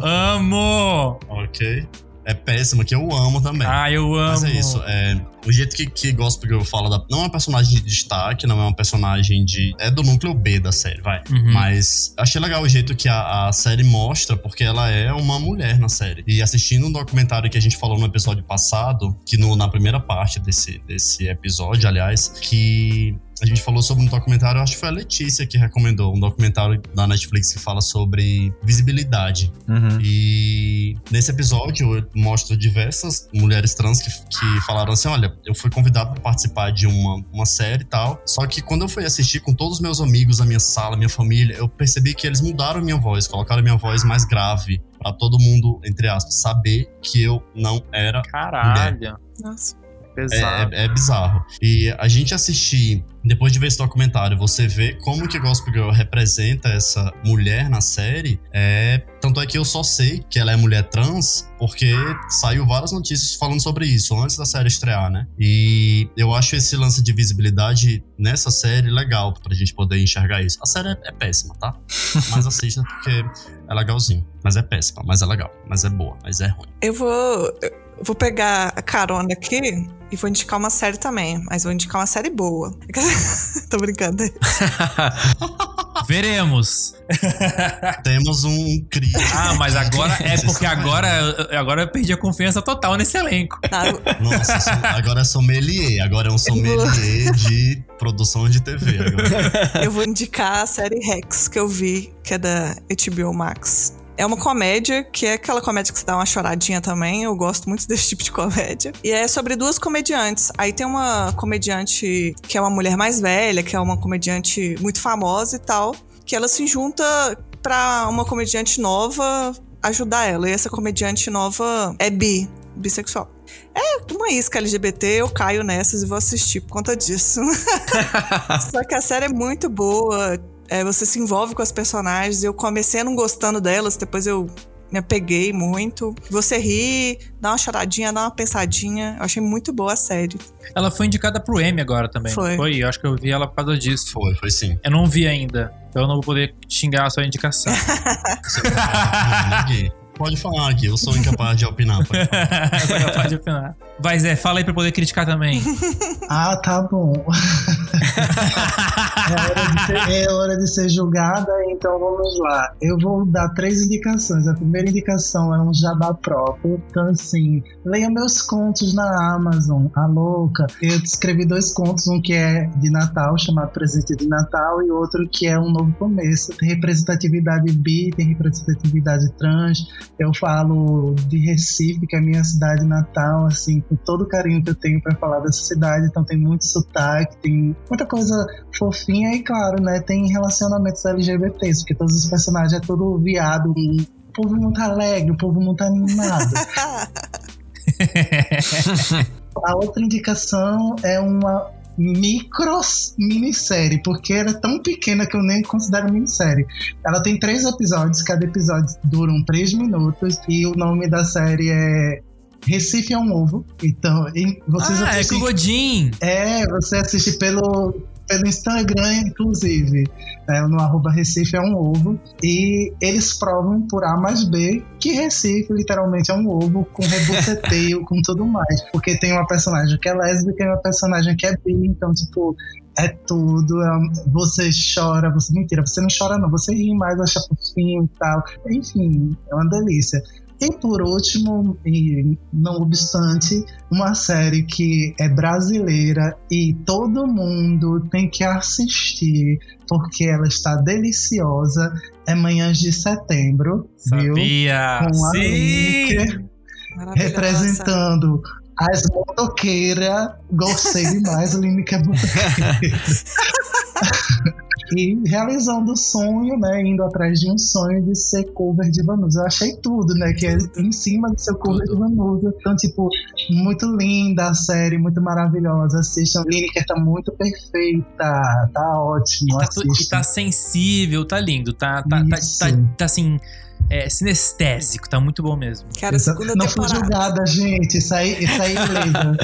amo. Ok. É péssima, que eu amo também. Ah, eu amo. Mas é isso, é, o jeito que, que Gossip Girl fala, da, não é uma personagem de destaque, não é uma personagem de... É do núcleo B da série, vai. Uhum. Mas achei legal o jeito que a, a série mostra, porque ela é uma mulher na série. E assistindo um documentário que a gente falou no episódio passado, que no, na primeira parte desse, desse episódio, aliás, que... A gente falou sobre um documentário, acho que foi a Letícia que recomendou, um documentário da Netflix que fala sobre visibilidade. Uhum. E nesse episódio mostra diversas mulheres trans que, que falaram assim, olha, eu fui convidado para participar de uma, uma série e tal, só que quando eu fui assistir com todos os meus amigos, a minha sala, a minha família, eu percebi que eles mudaram a minha voz, colocaram a minha voz mais grave, pra todo mundo, entre aspas, saber que eu não era Caralho. mulher. Nossa. Pesado. É, é, é bizarro. E a gente assistir, depois de ver esse documentário, você vê como que Gossip Girl representa essa mulher na série. É, tanto é que eu só sei que ela é mulher trans porque saiu várias notícias falando sobre isso antes da série estrear, né? E eu acho esse lance de visibilidade nessa série legal pra gente poder enxergar isso. A série é, é péssima, tá? Mas assista porque é legalzinho. Mas é péssima, mas é legal. Mas é boa, mas é ruim. Eu vou... Eu vou pegar a carona aqui e vou indicar uma série também, mas vou indicar uma série boa. Tô brincando. Veremos. Temos um cri. Ah, mas agora é porque agora, agora eu perdi a confiança total nesse elenco. Tá. Nossa, sou, agora é sommelier. Agora é um sommelier de produção de T V. Agora. Eu vou indicar a série Rex que eu vi, que é da H B O Max. É uma comédia, que é aquela comédia que você dá uma choradinha também. Eu gosto muito desse tipo de comédia. E é sobre duas comediantes. Aí tem uma comediante que é uma mulher mais velha, que é uma comediante muito famosa e tal, que ela se junta pra uma comediante nova ajudar ela. E essa comediante nova é bi, bissexual. É uma isca L G B T, eu caio nessas e vou assistir por conta disso. Só que a série é muito boa. É, você se envolve com as personagens. Eu comecei não gostando delas, depois eu me apeguei muito. Você ri, dá uma choradinha, dá uma pensadinha. Eu achei muito boa a série. Ela foi indicada pro Emmy agora também. Foi. Foi, eu acho que eu vi ela por causa disso. Foi, foi sim. Eu não vi ainda, então eu não vou poder xingar a sua indicação. Pode falar aqui, eu sou incapaz de opinar. Pode falar. Eu sou incapaz de opinar. Vai, Zé, fala aí pra eu poder criticar também. Ah, tá bom. É hora, de ser, é hora de ser julgada, então vamos lá. Eu vou dar três indicações. A primeira indicação é um jabá próprio. Então, assim, leia meus contos na Amazon, a louca. Eu escrevi dois contos, um que é de Natal, chamado Presente de Natal, e outro que é Um Novo Começo. Tem representatividade bi, tem representatividade trans. Eu falo de Recife, que é a minha cidade natal, assim, com todo o carinho que eu tenho pra falar dessa cidade. Então tem muito sotaque, tem muita muita coisa fofinha e, claro, né, tem relacionamentos L G B Ts, porque todos os personagens é tudo viado, o povo muito alegre, o povo muito animado. A outra indicação é uma micro minissérie, porque ela é tão pequena que eu nem considero minissérie. Ela tem três episódios, cada episódio dura três minutos, e o nome da série é Recife é um Ovo. Então, vocês ah, assistem... é com o Godin. É, você assiste pelo, pelo Instagram, inclusive, né, no arroba Recife é um Ovo. E eles provam por A mais B que Recife literalmente é um ovo, com reboceteio, com tudo mais. Porque tem uma personagem que é lésbica e uma personagem que é bi, então, tipo... É tudo, é, você chora, você mentira, você não chora não, você ri mais, acha fofinho e tal. Enfim, é uma delícia. E por último, e não obstante, uma série que é brasileira e todo mundo tem que assistir porque ela está deliciosa, é Manhãs de Setembro. Sabia! Viu? Com a Sim! Lineker representando as motoqueiras. Gostei demais, a Lineker motoqueira. E realizando o sonho, né, indo atrás de um sonho de ser cover de Vanusa. Eu achei tudo, né, que é em cima de ser cover de Vanusa. Então, tipo, muito linda a série, muito maravilhosa. Assistam, Lineker tá muito perfeita, tá ótimo. E tá, e tá sensível, tá lindo, tá, tá, tá, tá, tá assim... É sinestésico, tá muito bom mesmo. Cara, segunda não temporada. fui julgada, gente. Isso aí, isso aí beleza.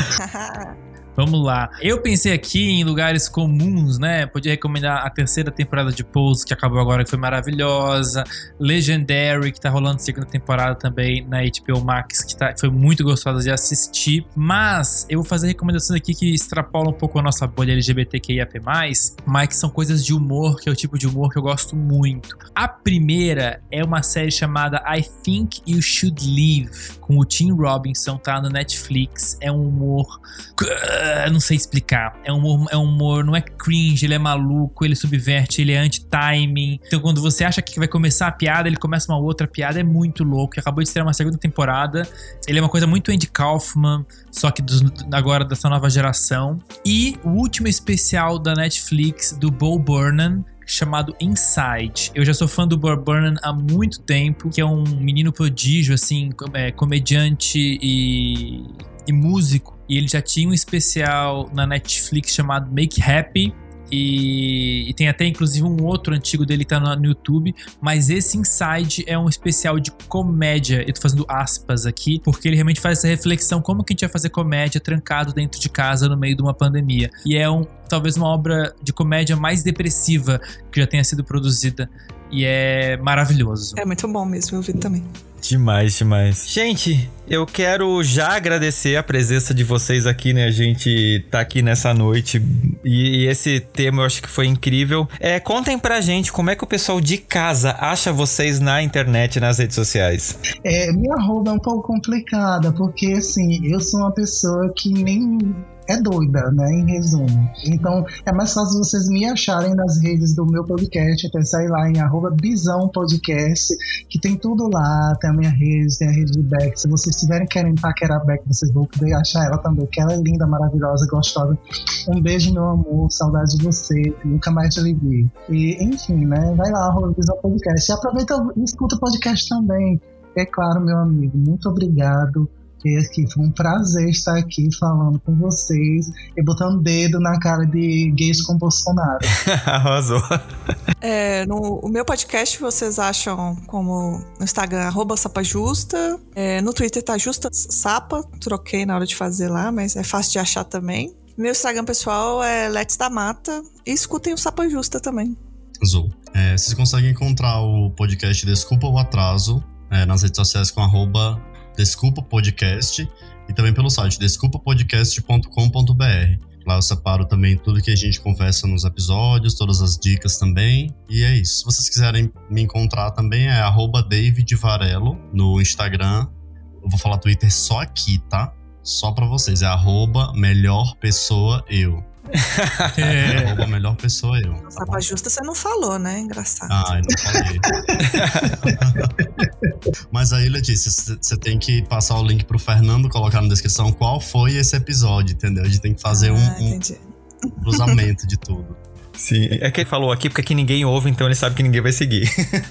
Vamos lá. Eu pensei aqui em lugares comuns, né? Podia recomendar a terceira temporada de Pose, que acabou agora, que foi maravilhosa. Legendary, que tá rolando segunda temporada também na H B O Max, que tá, foi muito gostosa de assistir. Mas eu vou fazer recomendações aqui que extrapolam um pouco a nossa bolha L G B T Q I A P mais, mas que são coisas de humor, que é o tipo de humor que eu gosto muito. A primeira é uma série chamada I Think You Should Leave, com o Tim Robinson, tá no Netflix. É um humor... não sei explicar. É um humor, é um humor, não é cringe, ele é maluco, ele subverte, ele é anti-timing. Então quando você acha que vai começar a piada, ele começa uma outra piada, é muito louco. Acabou de estrear uma segunda temporada. Ele é uma coisa muito Andy Kaufman, só que dos, agora dessa nova geração. E o último especial da Netflix, do Bo Burnham, chamado Inside. Eu já sou fã do Bo Burnham há muito tempo, que é um menino prodígio, assim, é, comediante e, e músico. E ele já tinha um especial na Netflix chamado Make Happy. E, e tem até inclusive um outro antigo dele que tá no, no YouTube. Mas esse Inside é um especial de comédia. Eu tô fazendo aspas aqui, porque ele realmente faz essa reflexão: como que a gente vai fazer comédia trancado dentro de casa no meio de uma pandemia. E é um, talvez uma obra de comédia mais depressiva que já tenha sido produzida. E é maravilhoso. É muito bom mesmo, eu vi também. Demais, demais. Gente, eu quero já agradecer a presença de vocês aqui, né? A gente tá aqui nessa noite e, e esse tema eu acho que foi incrível. É, contem pra gente como é que o pessoal de casa acha vocês na internet, nas redes sociais. É, minha arroba é um pouco complicada, porque assim, eu sou uma pessoa que nem... é doida, né, em resumo. Então, é mais fácil vocês me acharem nas redes do meu podcast, até sair lá em arroba Bisão Podcast, que tem tudo lá, tem a minha rede, tem a rede de Beck. Se vocês tiverem querendo paquerar Beck, vocês vão poder achar ela também, que ela é linda, maravilhosa, gostosa. Um beijo, meu amor, saudade de você, nunca mais te vi. E, enfim, né, vai lá, arroba Bisão Podcast. E aproveita e escuta o podcast também. É claro, meu amigo, muito obrigado. Aqui, foi um prazer estar aqui falando com vocês e botando dedo na cara de gays com Bolsonaro. Arrasou. É, no o meu podcast vocês acham como no Instagram, arroba Sapa Justa. É, no Twitter tá Justa Sapa, troquei na hora de fazer lá, mas é fácil de achar também. Meu Instagram pessoal é Let's da Mata. E escutem o Sapa Justa também. Azul. É, vocês conseguem encontrar o podcast Desculpa o Atraso é, nas redes sociais com arroba Desculpa Podcast e também pelo site desculpa podcast ponto com ponto b r. Lá eu separo também tudo que a gente conversa nos episódios, todas as dicas também. E é isso. Se vocês quiserem me encontrar também é arroba David Varelo no Instagram. Eu vou falar Twitter só aqui, tá? Só pra vocês. É arroba melhor pessoa eu. É. Arroba melhor pessoa eu. Tá Sapa Justa você não falou, né? Engraçado. Ah, eu não falei. Mas aí, Letícia, você tem que passar o link pro Fernando, colocar na descrição qual foi esse episódio, entendeu? A gente tem que fazer ah, um, um, cruzamento de tudo. Sim, é que ele falou aqui porque aqui ninguém ouve, então ele sabe que ninguém vai seguir.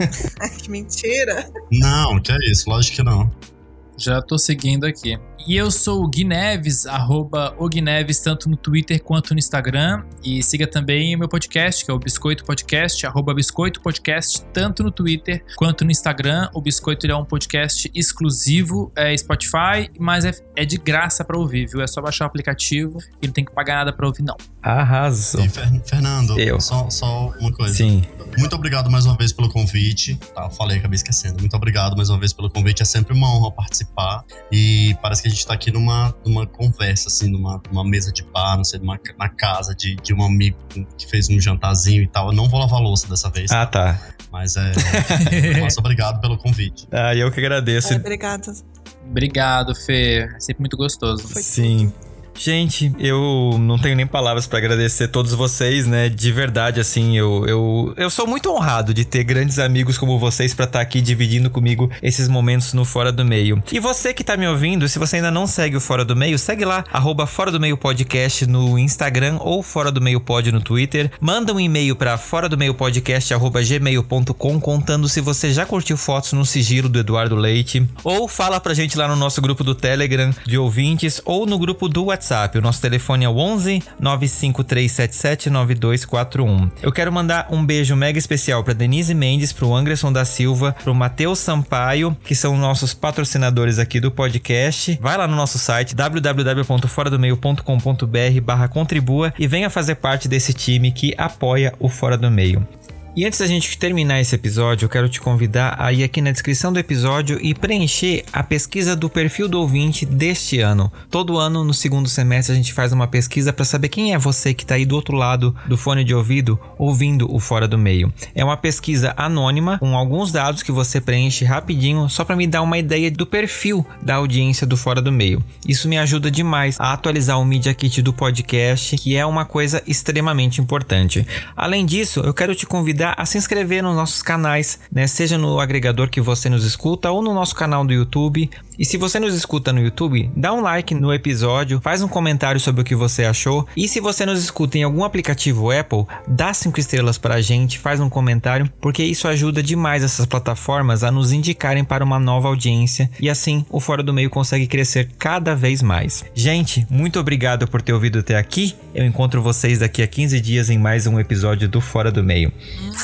Que mentira. Não, que é isso, lógico que não. Já tô seguindo aqui. E eu sou o Gui Neves, arroba o Gui Neves, tanto no Twitter quanto no Instagram. E siga também o meu podcast, que é o Biscoito Podcast, arroba Biscoito Podcast, tanto no Twitter quanto no Instagram. O Biscoito ele é um podcast exclusivo, é Spotify, mas é, é de graça pra ouvir, viu? É só baixar o aplicativo e não tem que pagar nada pra ouvir, não. Arrasou. E Fer- Fernando, Eu. Só, só uma coisa. Sim. Muito obrigado mais uma vez pelo convite. Tá, falei, acabei esquecendo. Muito obrigado mais uma vez pelo convite. É sempre uma honra participar. E parece que a gente tá aqui numa, numa conversa, assim, numa, numa mesa de bar, não sei, numa, na casa de, de um amigo que fez um jantarzinho e tal. Eu não vou lavar louça dessa vez. Ah, tá. Mas é. Nossa, obrigado pelo convite. Ah, eu que agradeço. É, obrigada. Obrigado, Fê. É sempre muito gostoso. Foi Sim. Gente, eu não tenho nem palavras pra agradecer todos vocês, né? De verdade, assim, eu, eu, eu sou muito honrado de ter grandes amigos como vocês pra estar aqui dividindo comigo esses momentos no Fora do Meio. E você que tá me ouvindo, se você ainda não segue o Fora do Meio, segue lá, arroba Fora do Meio Podcast no Instagram ou Fora do Meio Pod no Twitter. Manda um e-mail pra fora do meio podcast arroba gmail ponto com contando se você já curtiu fotos no sigilo do Eduardo Leite. Ou fala pra gente lá no nosso grupo do Telegram de ouvintes ou no grupo do WhatsApp. O nosso telefone é o onze nove cinco três sete sete nove dois quatro um. Eu quero mandar um beijo mega especial para Denise Mendes, pro Anderson da Silva, pro Matheus Sampaio, que são nossos patrocinadores aqui do podcast. Vai lá no nosso site w w w ponto fora do meio ponto com ponto b r barra contribua e venha fazer parte desse time que apoia o Fora do Meio. E antes da gente terminar esse episódio, eu quero te convidar a ir aqui na descrição do episódio e preencher a pesquisa do perfil do ouvinte deste ano. Todo ano, no segundo semestre, a gente faz uma pesquisa para saber quem é você que está aí do outro lado do fone de ouvido, ouvindo o Fora do Meio. É uma pesquisa anônima, com alguns dados que você preenche rapidinho, só para me dar uma ideia do perfil da audiência do Fora do Meio. Isso me ajuda demais a atualizar o Media Kit do podcast, que é uma coisa extremamente importante. Além disso, eu quero te convidar a se inscrever nos nossos canais, né? Seja no agregador que você nos escuta ou no nosso canal do YouTube. E se você nos escuta no YouTube, dá um like no episódio, faz um comentário sobre o que você achou. E se você nos escuta em algum aplicativo Apple, dá cinco estrelas pra gente, faz um comentário, porque isso ajuda demais essas plataformas a nos indicarem para uma nova audiência. E assim, o Fora do Meio consegue crescer cada vez mais. Gente, muito obrigado por ter ouvido até aqui. Eu encontro vocês daqui a quinze dias em mais um episódio do Fora do Meio.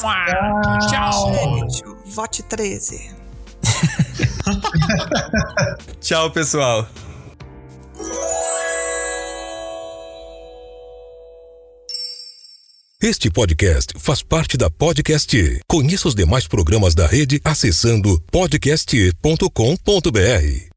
Tchau! Gente, vote treze. Tchau, pessoal! Este podcast faz parte da Podcast. Conheça os demais programas da rede acessando podcast ponto com ponto b r.